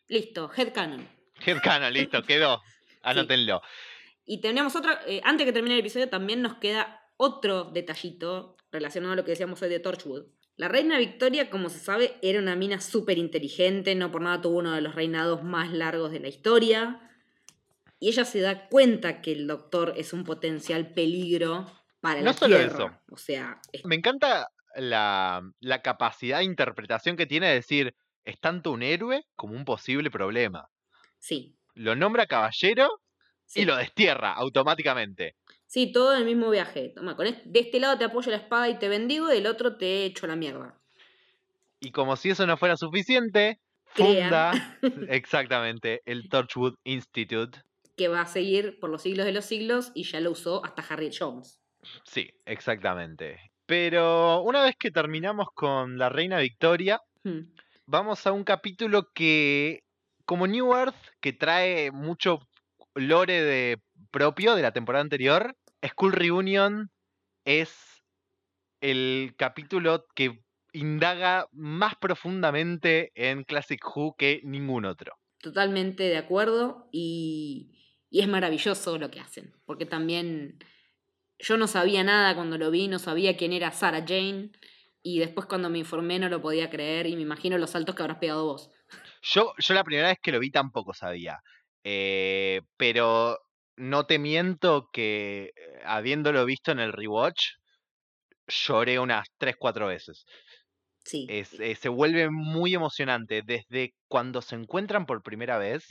Listo, headcanon. Headcanon, listo, quedó. Anótenlo. Y tenemos otra, antes que termine el episodio, también nos queda otro detallito relacionado a lo que decíamos hoy de Torchwood. La reina Victoria, como se sabe, era una mina súper inteligente, no por nada tuvo uno de los reinados más largos de la historia. Y ella se da cuenta que el doctor es un potencial peligro para No la solo Tierra. eso. O sea, Me encanta la capacidad de interpretación que tiene de decir, es tanto un héroe como un posible problema. sí. Lo nombra caballero y Sí. lo destierra automáticamente. Sí, todo en el mismo viaje. Toma, de este lado te apoyo la espada y te bendigo, del otro te echo la mierda. Y como si eso no fuera suficiente, Crea. funda exactamente el Torchwood Institute. Que va a seguir por los siglos de los siglos y ya lo usó hasta Harriet Jones. Sí, exactamente. Pero una vez que terminamos con la reina Victoria, vamos a un capítulo que, como New Earth, que trae mucho lore propio de la temporada anterior, School Reunion es el capítulo que indaga más profundamente en Classic Who que ningún otro. Totalmente de acuerdo y es maravilloso lo que hacen, porque también yo no sabía nada cuando lo vi, no sabía quién era Sarah Jane y después cuando me informé no lo podía creer y me imagino los saltos que habrás pegado vos. Yo la primera vez que lo vi tampoco sabía, pero no te miento que habiéndolo visto en el rewatch, lloré unas 3-4 veces. Sí. Se vuelve muy emocionante desde cuando se encuentran por primera vez,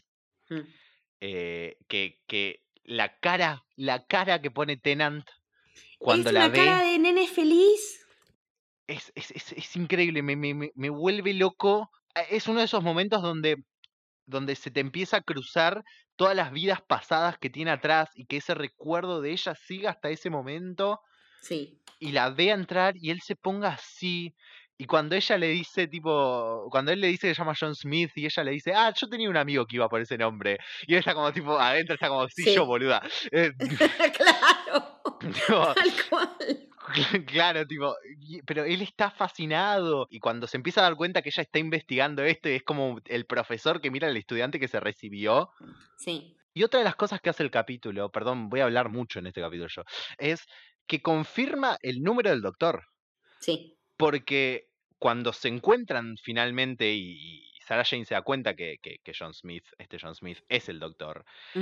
que la cara que pone Tennant cuando es la una ve cara de nene feliz. es increíble, me vuelve loco. Es uno de esos momentos donde se te empieza a cruzar todas las vidas pasadas que tiene atrás y que ese recuerdo de ella siga hasta ese momento. Sí. Y la ve entrar y él se ponga así. Y cuando ella le dice, cuando él le dice que se llama John Smith y ella le dice, yo tenía un amigo que iba por ese nombre. Y él está como tipo, adentro está como, sí, yo, boluda. Claro. Tipo, Tal cual. claro, pero él está fascinado. Y cuando se empieza a dar cuenta que ella está investigando esto, y es como el profesor que mira al estudiante que se recibió. Sí. Y otra de las cosas que hace el capítulo, perdón, voy a hablar mucho en este capítulo yo, es que confirma el número del doctor. Sí. Porque cuando se encuentran finalmente y Sarah Jane se da cuenta que John Smith es el doctor,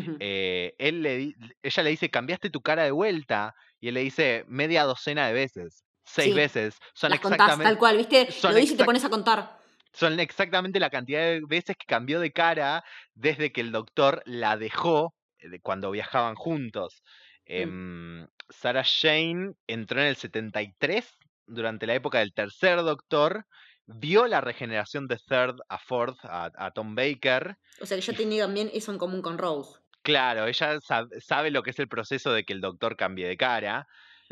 ella le dice, cambiaste tu cara de vuelta, y él le dice, media docena de veces, 6 veces, son las contás tal cual, ¿viste? Lo dice y te pones a contar. Son exactamente la cantidad de veces que cambió de cara desde que el doctor la dejó cuando viajaban juntos. Sarah Jane entró en el 73, durante la época del tercer doctor, vio la regeneración de Third a Fourth, a Tom Baker. O sea que ya tenía también eso en común con Rose. Claro, ella sabe lo que es el proceso de que el doctor cambie de cara.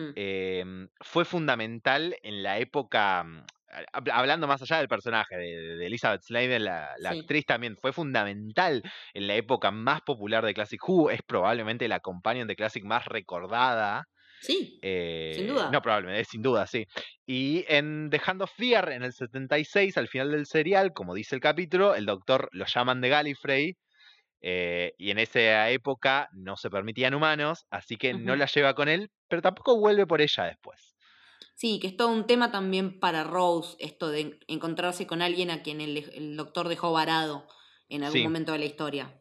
Fue fundamental en la época, hablando más allá del personaje de Elizabeth Sladen, la actriz también, fue fundamental en la época más popular de Classic Who, es probablemente la companion de Classic más recordada. Sí, sin duda. No, probablemente, sin duda, sí. Y en The Hand of Fear, en el 76, al final del serial, como dice el capítulo, el doctor lo llaman de Gallifrey, y en esa época no se permitían humanos, así que no la lleva con él, pero tampoco vuelve por ella después. Sí, que es todo un tema también para Rose, esto de encontrarse con alguien a quien el doctor dejó varado en algún momento de la historia.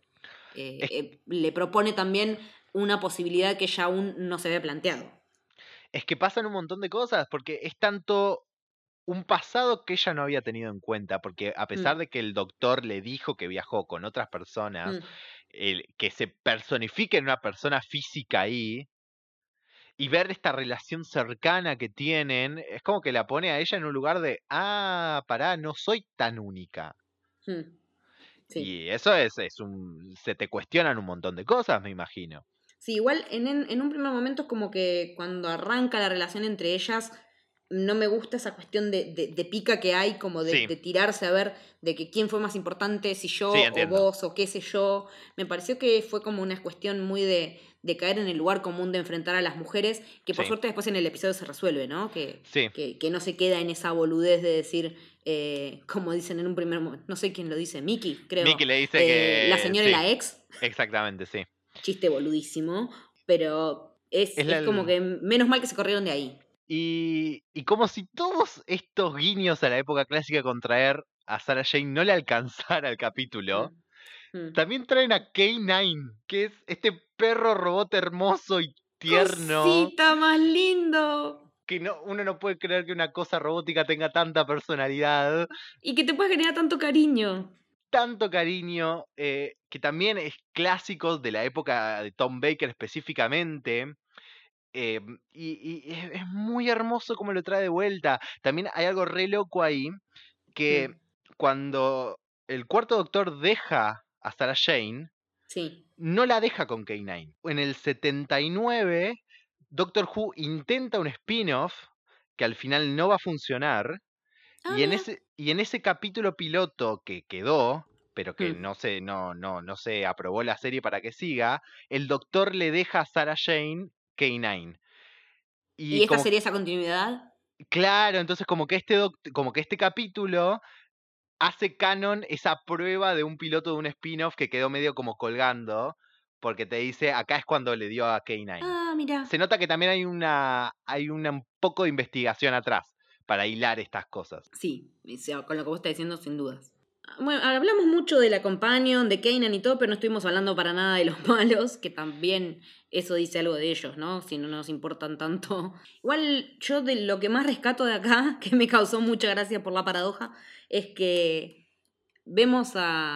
Le propone también una posibilidad que ella aún no se había planteado. Es que pasan un montón de cosas, porque es tanto un pasado que ella no había tenido en cuenta, porque a pesar de que el doctor le dijo que viajó con otras personas, que se personifique en una persona física ahí, y ver esta relación cercana que tienen, es como que la pone a ella en un lugar de, pará, no soy tan única. Sí. Y eso se te cuestionan un montón de cosas, me imagino. Sí, igual en un primer momento es como que cuando arranca la relación entre ellas, no me gusta esa cuestión de pica que hay, como de tirarse a ver de que quién fue más importante, si yo o vos o qué sé yo. Me pareció que fue como una cuestión muy de de caer en el lugar común de enfrentar a las mujeres, que por Sí. suerte después en el episodio se resuelve, ¿no? Sí. Que no se queda en esa boludez de decir, como dicen en un primer momento, no sé quién lo dice, Mickey, creo. Mickey le dice que... La señora y sí, la ex, exactamente, sí. chiste boludísimo, pero es como que menos mal que se corrieron de ahí. Y como si todos estos guiños a la época clásica con traer a Sarah Jane no le alcanzara el capítulo, Mm. también traen a K9, que es este perro robot hermoso y tierno, ¡Cosita más lindo! que uno no puede creer que una cosa robótica tenga tanta personalidad, Y que te puede generar tanto cariño. tanto cariño, que también es clásico de la época de Tom Baker específicamente. Y es muy hermoso como lo trae de vuelta. También hay algo re loco ahí, que Mm. cuando el cuarto doctor deja a Sarah Jane, Sí. no la deja con K9. En el 79, Doctor Who intenta un spin-off que al final no va a funcionar. Ah, Y en mira. ese capítulo piloto que quedó, pero que Mm. no se aprobó la serie para que siga, el doctor le deja a Sarah Jane K9. ¿Y Y esta como, sería esa continuidad? claro, entonces como que este capítulo hace canon esa prueba de un piloto de un spin-off que quedó medio como colgando, porque te dice, acá es cuando le dio a K9. Ah, mira. Se nota que también hay un poco de investigación atrás para hilar estas cosas. Sí, o sea, con lo que vos estás diciendo, sin dudas. Bueno, hablamos mucho de la Companion, de Kanan y todo, pero no estuvimos hablando para nada de los malos, que también eso dice algo de ellos, ¿no? Si no nos importan tanto. Igual yo de lo que más rescato de acá, que me causó mucha gracia por la paradoja, es que vemos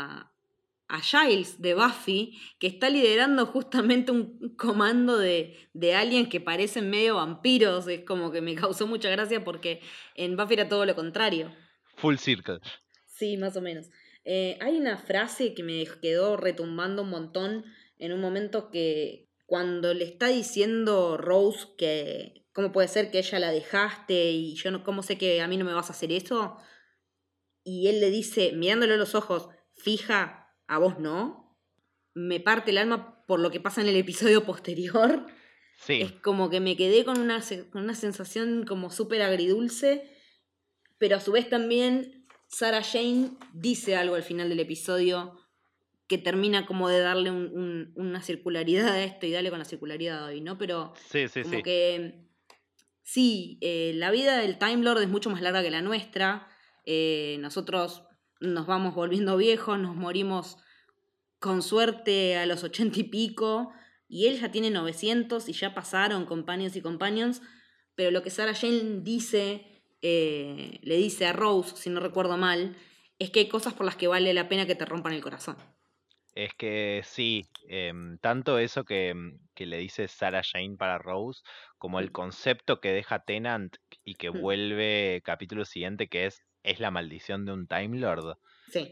a Giles de Buffy, que está liderando justamente un comando de aliens que parecen medio vampiros. Es como que me causó mucha gracia porque en Buffy era todo lo contrario. Full circle. Sí, más o menos. Hay una frase que me quedó retumbando un montón en un momento que cuando le está diciendo Rose que cómo puede ser que ella la dejaste y yo no, cómo sé que a mí no me vas a hacer eso, y él le dice, mirándole a los ojos, fija, a vos no, me parte el alma por lo que pasa en el episodio posterior. Sí. Es como que me quedé con una sensación como súper agridulce, pero a su vez también Sarah Jane dice algo al final del episodio que termina como de darle una circularidad a esto y darle con la circularidad hoy, ¿no? Pero Sí. como que sí, la vida del Time Lord es mucho más larga que la nuestra. Nosotros nos vamos volviendo viejos, nos morimos con suerte a los 80 y pico, y él ya tiene 900 y ya pasaron companions y companions, pero lo que Sarah Jane dice, le dice a Rose, si no recuerdo mal, es que hay cosas por las que vale la pena que te rompan el corazón. Es que sí, tanto eso que le dice Sarah Jane para Rose, como el concepto que deja Tennant y que vuelve capítulo siguiente, que es la maldición de un Time Lord, Sí.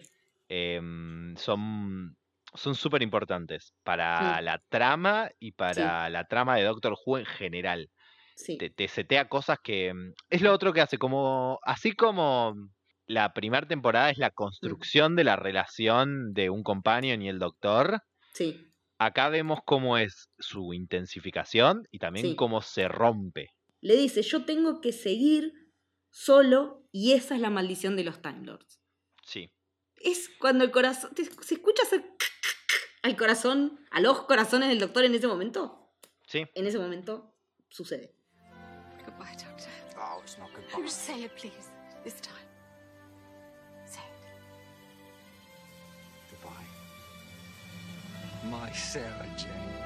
son súper importantes para Mm. la trama y para Sí. la trama de Doctor Who en general. Sí. Te setea cosas que... es lo otro que hace, así como la primera temporada es la construcción de la relación de un companion y el doctor, Sí. acá vemos cómo es su intensificación y también Sí. cómo se rompe. Le dice, yo tengo que seguir solo y esa es la maldición de los Time Lords. Sí. Es cuando el corazón... ¿Se escucha hacer al corazón, a los corazones del doctor en ese momento? Sí. En ese momento sucede. Goodbye, Doctor. Oh, it's not goodbye. You say it, please. This time. Say it. Goodbye. My Sarah Jane.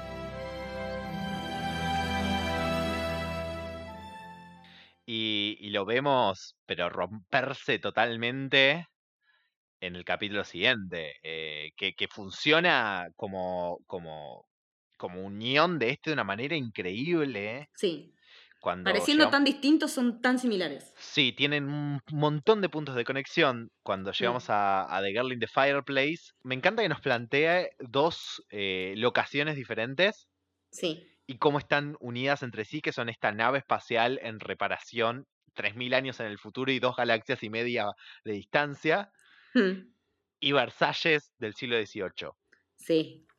Y lo vemos, pero romperse totalmente en el capítulo siguiente, que funciona como unión de de una manera increíble. Sí. Cuando Pareciendo llegamos, tan distintos, son tan similares. sí, tienen un montón de puntos de conexión. Cuando llegamos a The Girl in the Fireplace, me encanta que nos plantee dos locaciones diferentes Sí. y cómo están unidas entre sí, que son esta nave espacial en reparación, 3000 años en el futuro y 2 galaxias y media de distancia, Hmm. y Versalles del siglo XVIII. Sí.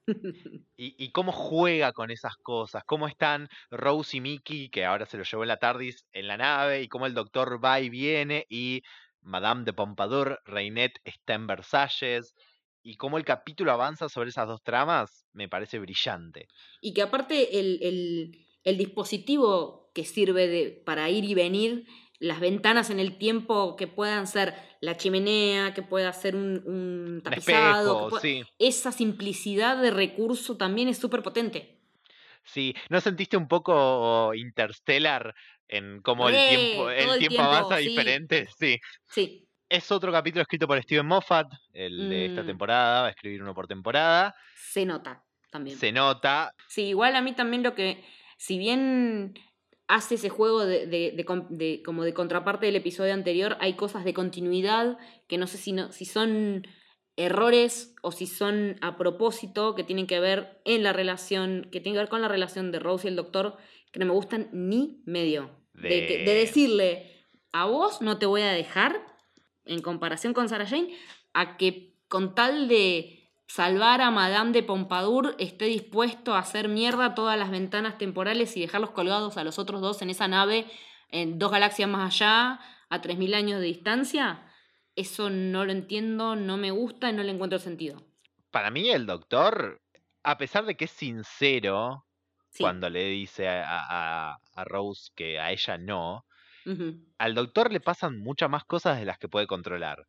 Y cómo juega con esas cosas, cómo están Rose y Mickey, que ahora se lo llevó en la TARDIS, en la nave, y cómo el doctor va y viene, y Madame de Pompadour, Reinette está en Versalles, y cómo el capítulo avanza sobre esas dos tramas, me parece brillante. Y que aparte el dispositivo que sirve para ir y venir, las ventanas en el tiempo que puedan ser la chimenea, que pueda ser un Un tapizado, espejo, sí. esa simplicidad de recurso también es súper potente. Sí, ¿no sentiste un poco Interstellar en cómo Todo el el tiempo tiempo, avanza sí, diferente? Sí. sí. Es otro capítulo escrito por Steven Moffat, el de esta Mm, temporada, va a escribir uno por temporada. se nota también. Se nota. Sí, igual a mí también lo que, si bien hace ese juego como de contraparte del episodio anterior, hay cosas de continuidad que no sé si son errores o si son a propósito, que tienen que ver en la relación, que tienen que ver con la relación de Rose y el doctor, que no me gustan ni medio. De De... decirle, a vos no te voy a dejar, en comparación con Sarah Jane, a que con tal de salvar a Madame de Pompadour esté dispuesto a hacer mierda todas las ventanas temporales y dejarlos colgados a los otros dos en esa nave en 2 galaxias más allá, a 3000 años de distancia. Eso no lo entiendo, no me gusta y no le encuentro sentido. Para mí el doctor, a pesar de que es sincero Sí. cuando le dice a Rose que a ella no, Ujú. al doctor le pasan muchas más cosas de las que puede controlar.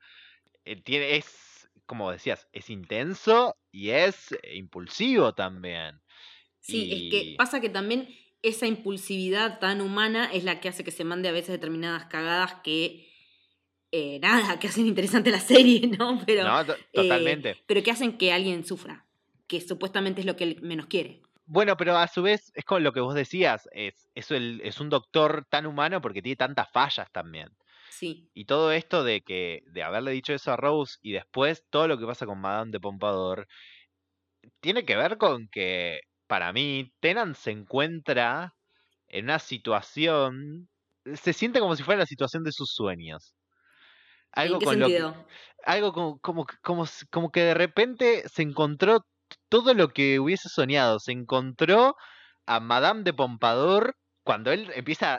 Es, como decías, es intenso y es impulsivo también. Sí, es que Y pasa que también esa impulsividad tan humana es la que hace que se mande a veces determinadas cagadas que nada, que hacen interesante la serie, ¿no? no, totalmente. Pero que hacen que alguien sufra, que supuestamente es lo que él menos quiere. Bueno, pero a su vez es con lo que vos decías, es un doctor tan humano porque tiene tantas fallas también. Sí, Y todo esto de haberle dicho eso a Rose y después todo lo que pasa con Madame de Pompadour, tiene que ver con que, para mí, Tennant se encuentra en una situación, se siente como si fuera la situación de sus sueños. ¿en Algo qué con lo que, sentido? algo como que de repente se encontró todo lo que hubiese soñado. Se encontró a Madame de Pompadour cuando él empieza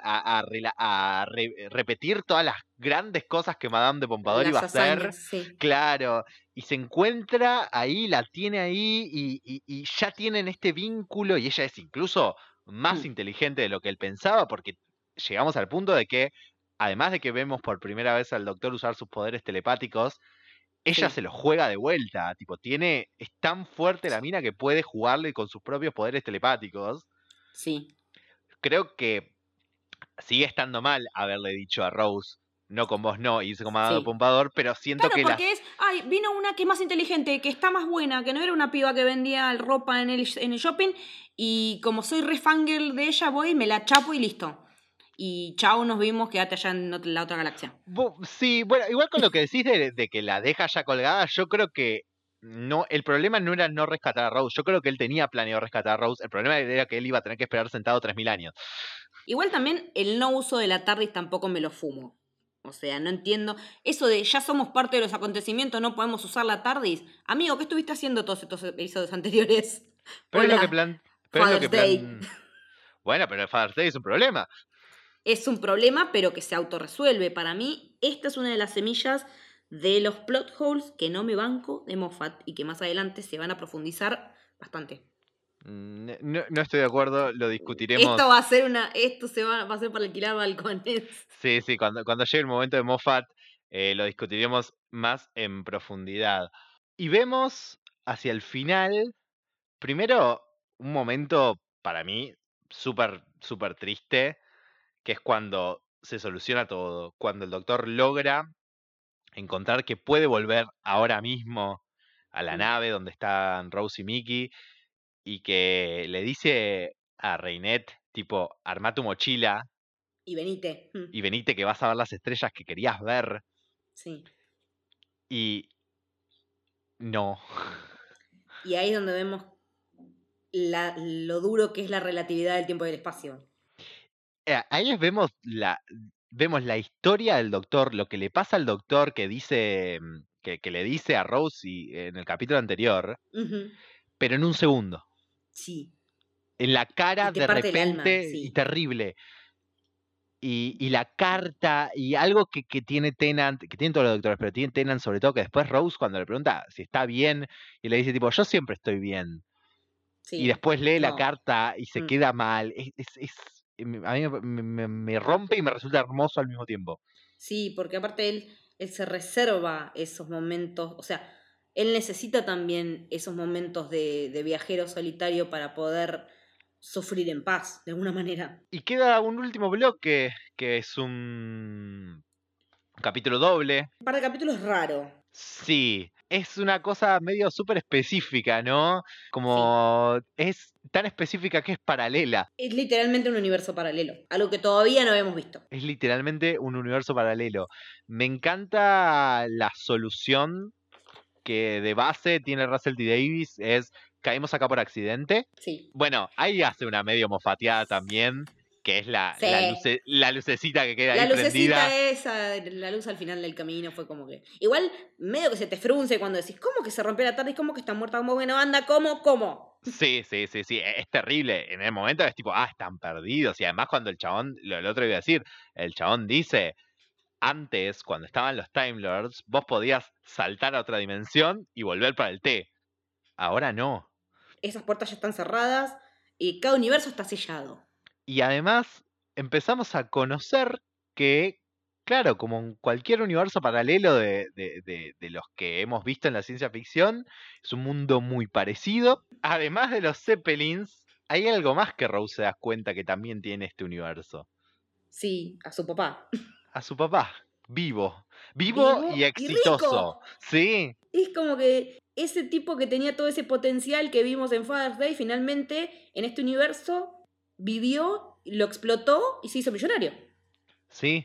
repetir todas las grandes cosas que Madame de Pompadour iba a Las hacer. hazañas, sí. Claro, y se encuentra ahí, la tiene ahí y ya tienen este vínculo y ella es incluso más Mm, inteligente de lo que él pensaba porque llegamos al punto de que además de que vemos por primera vez al doctor usar sus poderes telepáticos, ella se sí, los juega de vuelta. Tipo, es tan fuerte la mina que puede jugarle con sus propios poderes telepáticos. sí. Creo que sigue estando mal haberle dicho a Rose, no con vos no, y hice con Madame Sí. Pompador, pero siento Claro, que porque ay, vino una que es más inteligente, que está más buena, que no era una piba que vendía ropa en el shopping, y como soy re fangirl de ella, voy, me la chapo y listo. Y chao, nos vimos, quédate allá en la otra galaxia. Sí, bueno, igual con lo que decís de que la deja ya colgada, yo creo que no, el problema no era no rescatar a Rose, yo creo que él tenía planeado rescatar a Rose, el problema era que él iba a tener que esperar sentado 3000 años. Igual también el no uso de la TARDIS tampoco me lo fumo. O sea, no entiendo. Eso de ya somos parte de los acontecimientos, no podemos usar la TARDIS. Amigo, ¿qué estuviste haciendo todos estos episodios anteriores? Pero es lo que Hola, plan, pero es lo que Father's Day. plan. Bueno, pero el Father's Day es un problema. Es un problema, pero que se autorresuelve. Para mí, esta es una de las semillas de los plot holes que no me banco de Moffat y que más adelante se van a profundizar bastante. No, no estoy de acuerdo, lo Esto discutiremos. va a ser va a ser para alquilar balcones. Sí, sí, cuando llegue el momento de Moffat, lo discutiremos más en profundidad. Y vemos hacia el final, primero, un momento para mí súper, súper triste, que es cuando se soluciona todo, cuando el doctor logra encontrar que puede volver ahora mismo a la Mm. nave donde están Rose y Mickey y que le dice a Reinette, tipo, armá tu mochila Y venite. Mm. y venite que vas a ver las estrellas que querías ver. Sí. Y no. Y ahí es donde vemos lo duro que es la relatividad del tiempo y del espacio. Ahí vemos la historia del doctor, lo que le pasa al doctor que dice, que le dice a Rose en el capítulo anterior, Ujú. pero en un segundo. Sí. En la cara, Y te de parte el alma, repente, sí. y terrible. Y la carta, y algo que tiene Tennant, que tienen todos los doctores, pero tiene Tennant sobre todo, que después Rose cuando le pregunta si está bien, y le dice tipo, yo siempre estoy bien. Sí. Y después lee la No. carta y se queda mal. A mí me rompe y me resulta hermoso al mismo tiempo. Sí, porque aparte él se reserva esos momentos, o sea, él necesita también esos momentos de viajero solitario para poder sufrir en paz, de alguna manera. Y queda un último bloque, que es un capítulo doble. Un par de capítulos raro. Sí, es una cosa medio súper específica, ¿no? Como es tan específica que es paralela. Es literalmente un universo paralelo, algo que todavía no habíamos visto. Es literalmente un universo paralelo. Me encanta la solución que de base tiene Russell T. Davies, es caímos acá por accidente. Sí. Bueno, ahí hace una medio mofateada también, que es la Sí. la lucecita que queda La ahí lucecita prendida. esa, la luz al final del camino fue como que... Igual, medio que se te frunce cuando decís, ¿cómo que se rompió la tarde? ¿Cómo que está muerta? ¿Cómo que no anda? ¿Cómo? Sí, es terrible. En el momento es tipo, están perdidos. Y además cuando el chabón, lo otro iba a decir, el chabón dice, antes, cuando estaban los Time Lords, vos podías saltar a otra dimensión y volver para el T. Ahora no. Esas puertas ya están cerradas y cada universo está sellado. Y además empezamos a conocer que, claro, como en cualquier universo paralelo de los que hemos visto en la ciencia ficción, es un mundo muy parecido. Además de los Zeppelins, hay algo más que Rose se da cuenta que también tiene este universo. Sí, a su papá. A su papá, vivo. Vivo Y y exitoso. rico. Sí. Es como que ese tipo que tenía todo ese potencial que vimos en Father's Day, finalmente en este universo vivió, lo explotó y se hizo millonario. Sí,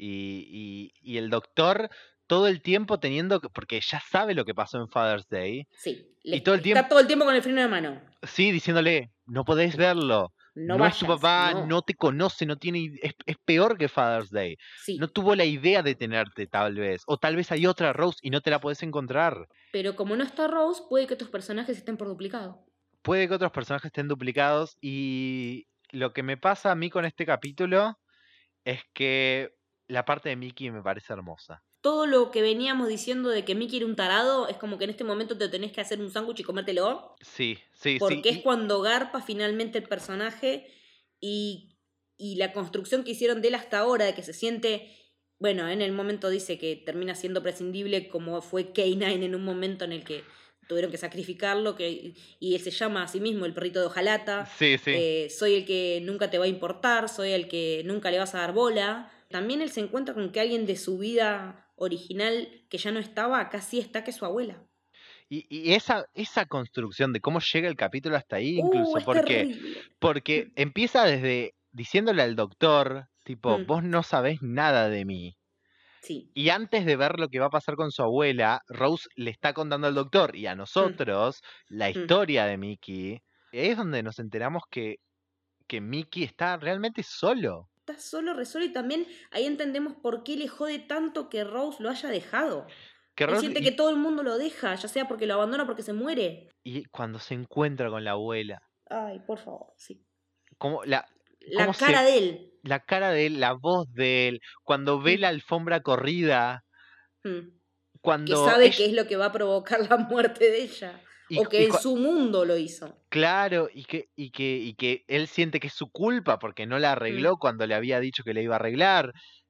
y el doctor todo el tiempo teniendo porque ya sabe lo que pasó en Father's Day. Sí, Y todo el está tiempo, todo el tiempo con el freno de mano. sí, diciéndole, no podés verlo. No No es tu vayas, papá, no. no te conoce, no tiene, es peor que Father's Day. Sí, No tuvo la idea de tenerte, tal vez. O tal vez hay otra Rose y no te la podés encontrar. pero como no está Rose, puede que tus personajes estén por duplicado. Puede que otros personajes estén duplicados. Y lo que me pasa a mí con este capítulo es que la parte de Mickey me parece hermosa. Todo lo que veníamos diciendo de que Mickey era un tarado, es como que en este momento te tenés que hacer un sándwich y comértelo. Sí. Porque es Y cuando garpa finalmente el personaje y la construcción que hicieron de él hasta ahora, de que se siente, bueno, en el momento dice que termina siendo prescindible como fue K9 en un momento en el que tuvieron que sacrificarlo, y él se llama a sí mismo el perrito de hojalata. Sí. Soy el que nunca te va a importar, soy el que nunca le vas a dar bola. También él se encuentra con que alguien de su vida original que ya no estaba, acá sí está, que es su abuela. Y esa construcción de cómo llega el capítulo hasta ahí, incluso, Es terrible. porque empieza desde diciéndole al doctor, tipo, vos no sabés nada de mí. Sí. Y antes de ver lo que va a pasar con su abuela, Rose le está contando al doctor y a nosotros la historia de Mickey. Y ahí es donde nos enteramos que Mickey está realmente solo. Está solo y también ahí entendemos por qué le jode tanto que Rose lo haya dejado. Que Él Rose, siente que todo el mundo lo deja, ya sea porque lo abandona o porque se muere. y cuando se encuentra con la abuela, Ay, por favor, sí. como La cara de él. La cara de él, la voz de él, cuando ve la alfombra corrida, Que cuando sabe que es lo que va a provocar la muerte de ella. O que en su mundo lo hizo. Claro, y que él siente que es su culpa porque no la arregló cuando le había dicho que le iba a arreglar.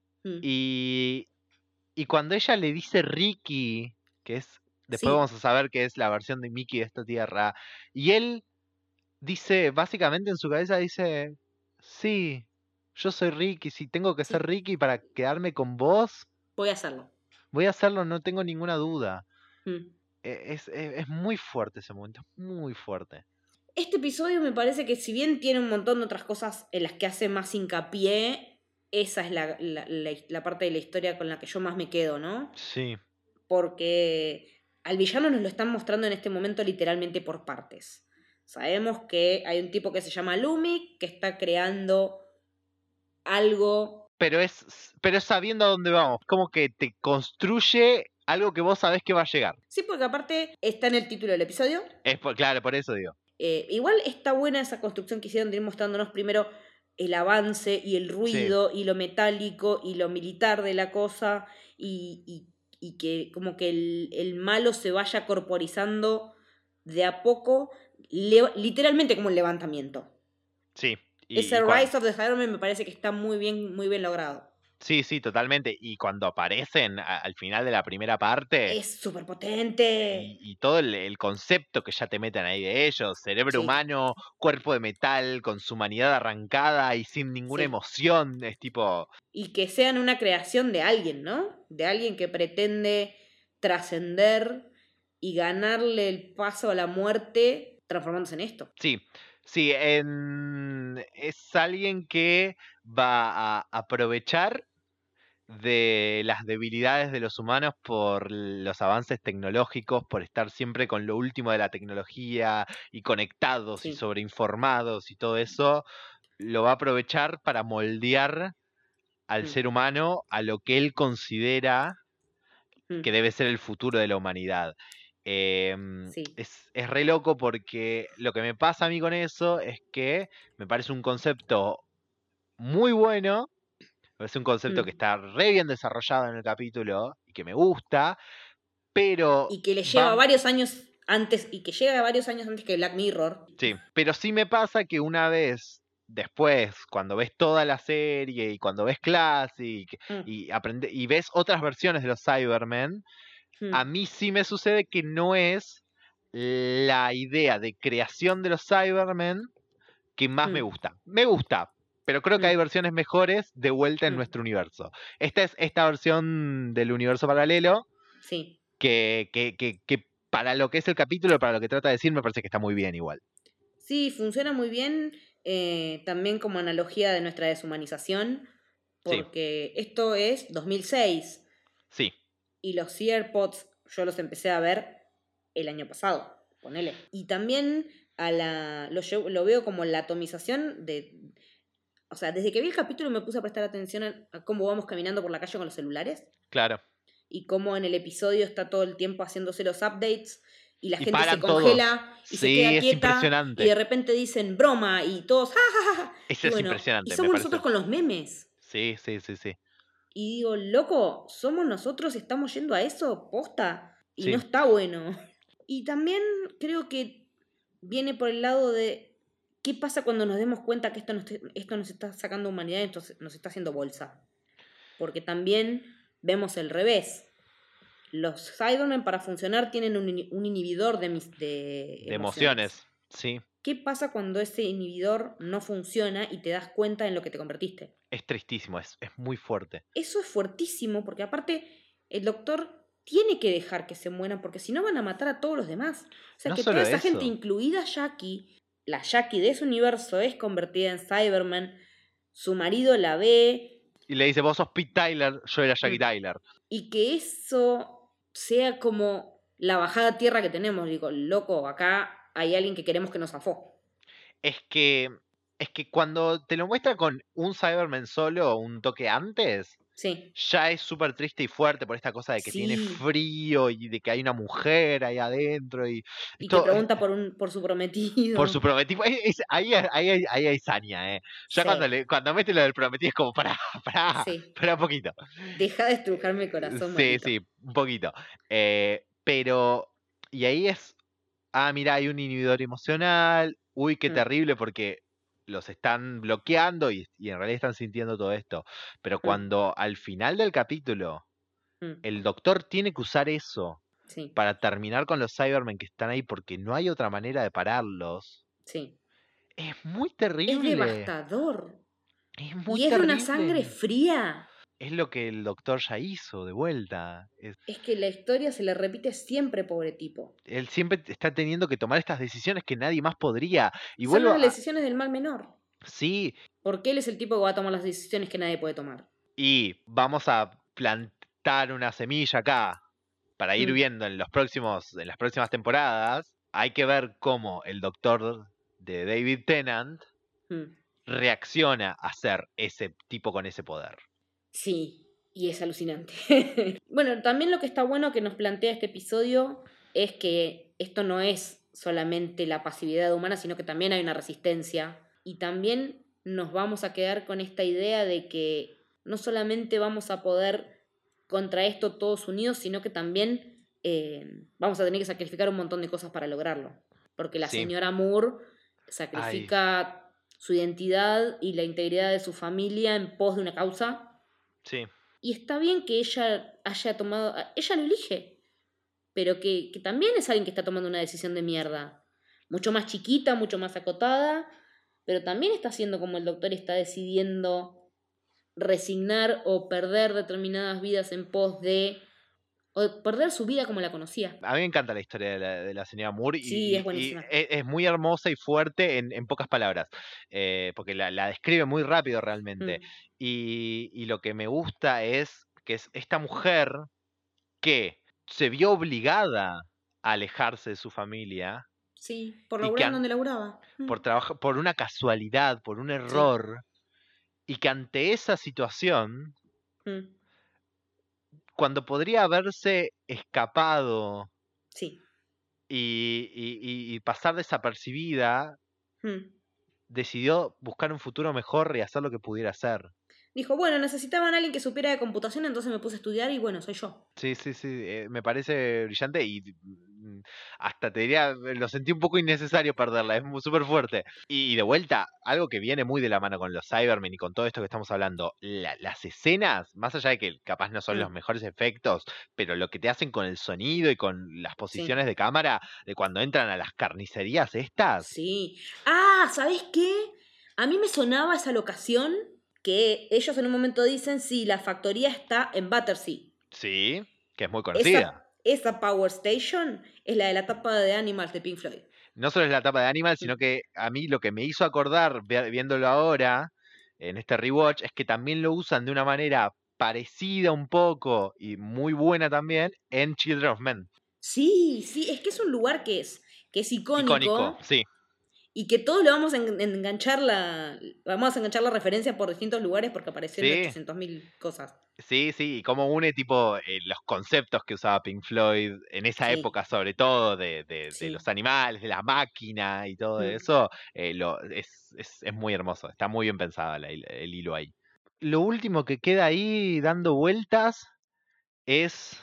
Y cuando ella le dice Ricky, que es, después vamos a saber que es la versión de Mickey de esta tierra, y él dice, básicamente en su cabeza dice, sí, yo soy Ricky, si tengo que ser Ricky para quedarme con vos, voy a hacerlo. Voy a hacerlo, no tengo ninguna duda. Es muy fuerte ese momento, muy fuerte. Este episodio me parece que si bien tiene un montón de otras cosas en las que hace más hincapié, esa es la parte de la historia con la que yo más me quedo, ¿no? Sí. Porque al villano nos lo están mostrando en este momento literalmente por partes. Sabemos que hay un tipo que se llama Lumi, que está creando algo... Pero es sabiendo a dónde vamos, como que te construye algo que vos sabés que va a llegar. Sí, porque aparte está en el título del episodio. Claro, por eso digo. Igual está buena esa construcción que hicieron de ir mostrándonos primero el avance y el Sí, ruido y lo metálico y lo militar de la cosa y que como que el malo se vaya corporizando de a poco, literalmente como un levantamiento. sí. Ese Rise of the Cybermen me parece que está muy bien logrado. Sí, totalmente. Y cuando aparecen al final de la primera parte, Es súper potente. y todo el concepto que ya te meten ahí de ellos, cerebro Sí. humano, cuerpo de metal, con su humanidad arrancada y sin ninguna Sí. emoción, es tipo, Y que sean una creación de alguien, ¿no? De alguien que pretende trascender y ganarle el paso a la muerte transformándose en esto. sí, es alguien que va a aprovechar de las debilidades de los humanos por los avances tecnológicos, por estar siempre con lo último de la tecnología y conectados y Sí. sobreinformados y todo eso, lo va a aprovechar para moldear al Mm. ser humano a lo que él considera Mm. que debe ser el futuro de la humanidad. Sí. Es re loco porque lo que me pasa a mí con eso es que me parece un concepto muy bueno. Es un concepto que Mm. está re bien desarrollado en el capítulo y que me gusta, pero Y que le lleva varios años antes, y que llega varios años antes que Black Mirror. sí, pero sí me pasa que una vez después, cuando ves toda la serie y cuando ves Classic Mm. y ves otras versiones de los Cybermen, a Mm. mí sí me sucede que no es la idea de creación de los Cybermen que más me Mm. gusta. Me gusta, pero creo que hay Mm. versiones mejores de vuelta en Mm. nuestro universo. Esta es esta versión del universo paralelo Sí. que para lo que es el capítulo, para lo que trata de decir, me parece que está muy bien igual. Sí, funciona muy bien también como analogía de nuestra deshumanización, Sí, porque esto es 2006 sí, y los AirPods yo los empecé a ver el año pasado, ponele. Y también lo veo como la atomización de... O sea, desde que vi el capítulo me puse a prestar atención a cómo vamos caminando por la calle con los celulares claro. y cómo en el episodio está todo el tiempo haciéndose los updates y la Y gente se paran todos. congela y se Sí, queda es quieta y impresionante. de repente dicen broma y todos ¡ja, ja, ja! Eso Y es bueno, impresionante, y me somos parece. nosotros con los memes. Sí. Y digo, loco, somos nosotros, estamos yendo a eso, posta. Y Sí. no está bueno. Y también creo que viene por el lado de qué pasa cuando nos demos cuenta que esto nos está sacando humanidad y entonces nos está haciendo bolsa. Porque también vemos el revés. Los Cybermen para funcionar tienen un inhibidor de emociones. Sí. ¿Qué pasa cuando ese inhibidor no funciona y te das cuenta en lo que te convertiste? Es tristísimo, es muy fuerte. Eso es fuertísimo porque aparte el doctor tiene que dejar que se mueran porque si no van a matar a todos los demás. O sea No que solo toda esa eso. gente, incluida Jackie, la Jackie de ese universo es convertida en Cyberman, su marido la ve. Y le dice, vos sos Pete Tyler, yo era Jackie Tyler. Y que eso sea como la bajada a tierra que tenemos. Digo, loco, acá hay alguien que queremos que nos zafó. Es que cuando te lo muestra con un Cyberman solo un toque antes, Sí. ya es súper triste y fuerte por esta cosa de que tiene Sí. frío y de que hay una mujer ahí adentro y Y que todo, pregunta por su prometido. por su prometido. Ahí hay saña, Ya Sí. cuando mete lo del prometido es como para Sí. un poquito. Deja de estrujarme el corazón, maldito. Sí, un poquito. Pero, y ahí es, mira, hay un inhibidor emocional, uy, qué terrible porque los están bloqueando y en realidad están sintiendo todo esto. Pero cuando al final del capítulo el doctor tiene que usar eso Sí. para terminar con los Cybermen que están ahí porque no hay otra manera de pararlos, Sí. es muy terrible. Es devastador. Es muy Y es de terrible. una sangre fría. Es lo que el doctor ya hizo de vuelta. Es que la historia se le repite siempre, pobre tipo. Él siempre está teniendo que tomar estas decisiones que nadie más podría. Y Son vuelvo las decisiones del mal menor. Sí, Porque él es el tipo que va a tomar las decisiones que nadie puede tomar. y vamos a plantar una semilla acá para ir viendo en las próximas temporadas. Hay que ver cómo el doctor de David Tennant reacciona a ser ese tipo con ese poder. Sí. Y es alucinante. Bueno, también lo que está bueno que nos plantea este episodio es que esto no es solamente la pasividad humana, sino que también hay una resistencia. Y también nos vamos a quedar con esta idea de que no solamente vamos a poder contra esto todos unidos, sino que también vamos a tener que sacrificar un montón de cosas para lograrlo. Porque la Sí. señora Moore sacrifica su identidad y la integridad de su familia en pos de una causa. Sí. Y está bien que ella haya tomado... Ella lo elige, pero que también es alguien que está tomando una decisión de mierda. Mucho más chiquita, mucho más acotada, pero también está haciendo como el doctor está decidiendo resignar o perder determinadas vidas en pos de... o perder su vida como la conocía. A mí me encanta la historia de la señora Moore Sí, es buenísima. es muy hermosa y fuerte en pocas palabras, porque la describe muy rápido realmente. Y lo que me gusta es que es esta mujer que se vio obligada a alejarse de su familia Sí, por y laburar que en donde laburaba. por trabajar, por una casualidad, por un error, y que ante esa situación, cuando podría haberse escapado Sí. y pasar desapercibida, Mm. decidió buscar un futuro mejor y hacer lo que pudiera hacer. Dijo, bueno, necesitaban a alguien que supiera de computación, entonces me puse a estudiar y bueno, soy yo. Sí, me parece brillante y hasta te diría, lo sentí un poco innecesario perderla, es súper fuerte. Y de vuelta, algo que viene muy de la mano con los Cybermen y con todo esto que estamos hablando, las escenas, más allá de que capaz no son los mejores efectos, pero lo que te hacen con el sonido y con las posiciones de cámara, de cuando entran a las carnicerías estas. Sí. Ah, ¿sabés qué? A mí me sonaba esa locación que ellos en un momento dicen, sí, la factoría está en Battersea. Sí, que es muy conocida. Esa Power Station es la de la tapa de Animals de Pink Floyd. No solo es la tapa de Animal, sino que a mí lo que me hizo acordar, viéndolo ahora, en este rewatch, es que también lo usan de una manera parecida un poco y muy buena también en Children of Men. Sí, es que es un lugar que es icónico. Sí. Y que todos le vamos a enganchar la referencia por distintos lugares porque apareció en 800.000 cosas. Sí, y cómo une tipo los conceptos que usaba Pink Floyd en esa época, sobre todo de los animales, de la máquina y todo eso, es muy hermoso, está muy bien pensada el hilo ahí. Lo último que queda ahí dando vueltas es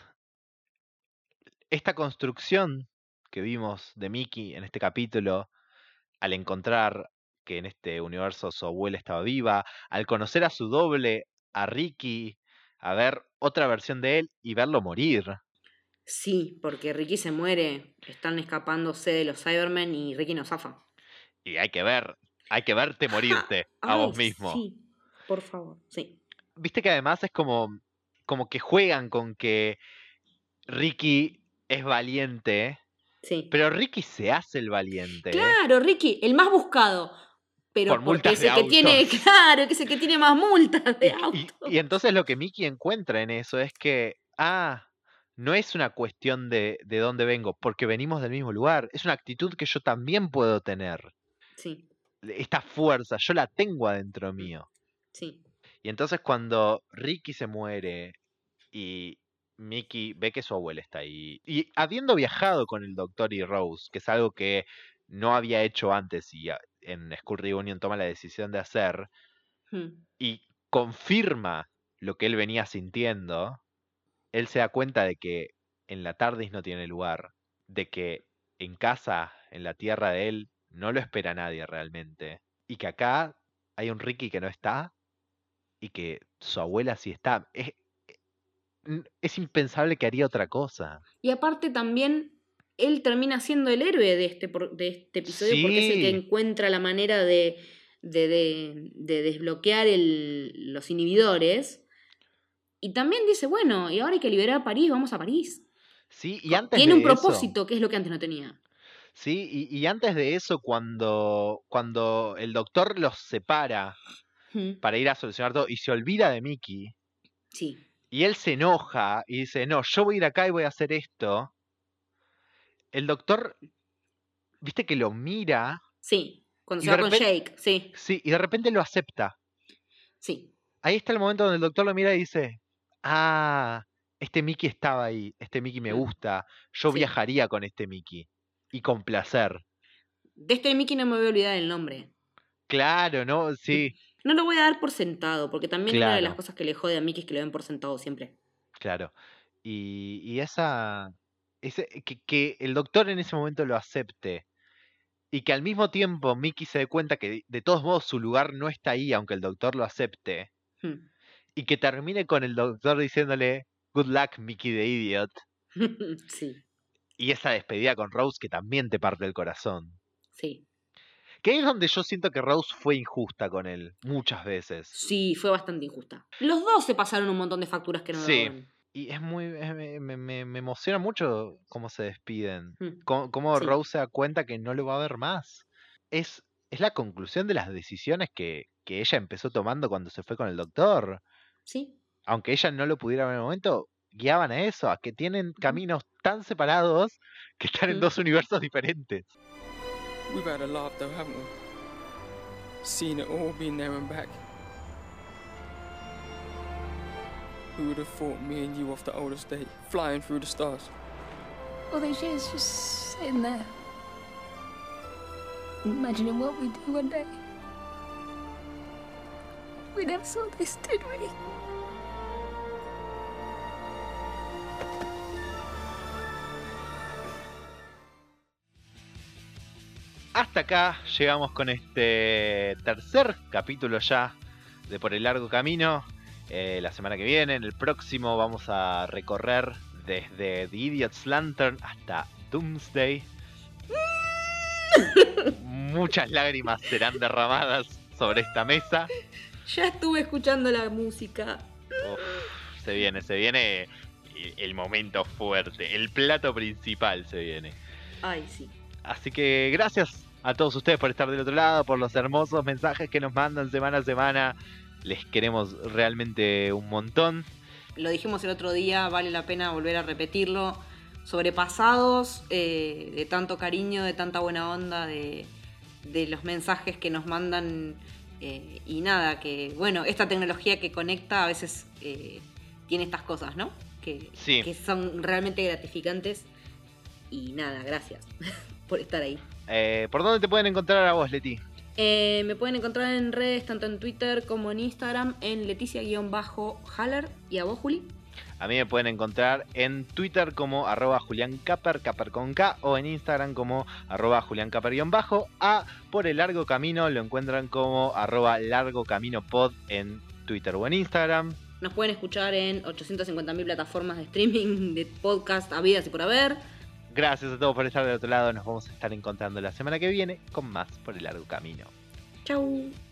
esta construcción que vimos de Mickey en este capítulo, al encontrar que en este universo su abuela estaba viva, al conocer a su doble, a Ricky, a ver otra versión de él y verlo morir. Sí, porque Ricky se muere, están escapándose de los Cybermen y Ricky no zafa. Y hay que verte morirte a vos mismo. Sí, por favor, sí. Viste que además es como que juegan con que Ricky es valiente, pero Ricky se hace el valiente. Claro, Ricky, el más buscado. Pero por multas porque es el que tiene, claro, que es el que tiene más multas de auto. Y entonces lo que Mickey encuentra en eso es que, no es una cuestión de dónde vengo, porque venimos del mismo lugar. Es una actitud que yo también puedo tener. Sí. Esta fuerza, yo la tengo adentro mío. Sí. Y entonces cuando Ricky se muere y Mickey ve que su abuela está ahí, y habiendo viajado con el doctor y Rose, que es algo que no había hecho antes y en School Reunion toma la decisión de hacer, y confirma lo que él venía sintiendo, él se da cuenta de que en la TARDIS no tiene lugar, de que en casa, en la tierra de él, no lo espera nadie realmente, y que acá hay un Ricky que no está, y que su abuela sí está. Es impensable que haría otra cosa. Y aparte también, él termina siendo el héroe de este episodio porque es el que encuentra la manera de desbloquear los inhibidores. Y también dice, bueno, y ahora hay que liberar a París, vamos a París. Sí, y antes tiene de un propósito, que es lo que antes no tenía. Sí, y antes de eso, cuando el doctor los separa para ir a solucionar todo y se olvida de Mickey, y él se enoja y dice, no, yo voy a ir acá y voy a hacer esto, el doctor, viste que lo mira. Sí, cuando se va con Jake, sí. Sí, y de repente lo acepta. Sí. Ahí está el momento donde el doctor lo mira y dice, este Mickey estaba ahí, este Mickey me Mm, gusta, yo sí. viajaría con este Mickey. Y con placer. De este Mickey no me voy a olvidar el nombre. Claro, ¿no? Sí, No lo voy a dar por sentado, porque también una de las claro, cosas que le jode a Mickey es que lo den por sentado siempre. claro. Y que el doctor en ese momento lo acepte. Y que al mismo tiempo Mickey se dé cuenta que de todos modos su lugar no está ahí, aunque el doctor lo acepte. Hmm. Y que termine con el doctor diciéndole, Good luck, Mickey the Idiot. Sí, Y esa despedida con Rose que también te parte el corazón. sí. Que ahí es donde yo siento que Rose fue injusta con él, muchas veces. Sí, fue bastante injusta. Los dos se pasaron un montón de facturas que no lo Sí, daban. y me emociona mucho cómo se despiden. Hmm. Cómo Sí. Rose se da cuenta que no lo va a ver más. Es la conclusión de las decisiones que ella empezó tomando cuando se fue con el doctor. Sí. Aunque ella no lo pudiera ver en el momento, guiaban a eso, a que tienen caminos tan separados que están en Mm. dos universos diferentes. We've had a laugh though, haven't we? Seen it all, been there and back. Who would have thought me and you off the old estate, flying through the stars? All those years just sitting there, imagining what we'd do one day. We never saw this, did we? Hasta acá llegamos con este tercer capítulo ya de Por el Largo Camino. La semana que viene, en el próximo, vamos a recorrer desde The Idiot's Lantern hasta Doomsday. Muchas lágrimas serán derramadas sobre esta mesa. Ya estuve escuchando la música. Uf, se viene el momento fuerte, el plato principal se viene. Ay, sí. Así que gracias a todos ustedes por estar del otro lado, por los hermosos mensajes que nos mandan semana a semana. Les queremos realmente un montón. Lo dijimos el otro día, vale la pena volver a repetirlo. Sobrepasados de tanto cariño, de tanta buena onda, de los mensajes que nos mandan. Y nada, que bueno, esta tecnología que conecta a veces tiene estas cosas, ¿no? Sí. Que son realmente gratificantes. Y nada, gracias por estar ahí. ¿Por dónde te pueden encontrar a vos, Leti? Me pueden encontrar en redes, tanto en Twitter como en Instagram, en Leticia-Haller. ¿Y a vos, Juli? A mí me pueden encontrar en Twitter como @JulianCaper, Caper con K, o en Instagram como @JulianCaper_. A Por el Largo Camino lo encuentran como @LargoCaminoPod en Twitter o en Instagram. Nos pueden escuchar en 850.000 plataformas de streaming, de podcast, habidas y por haber. Gracias a todos por estar del otro lado. Nos vamos a estar encontrando la semana que viene con más Por el Largo Camino. Chau.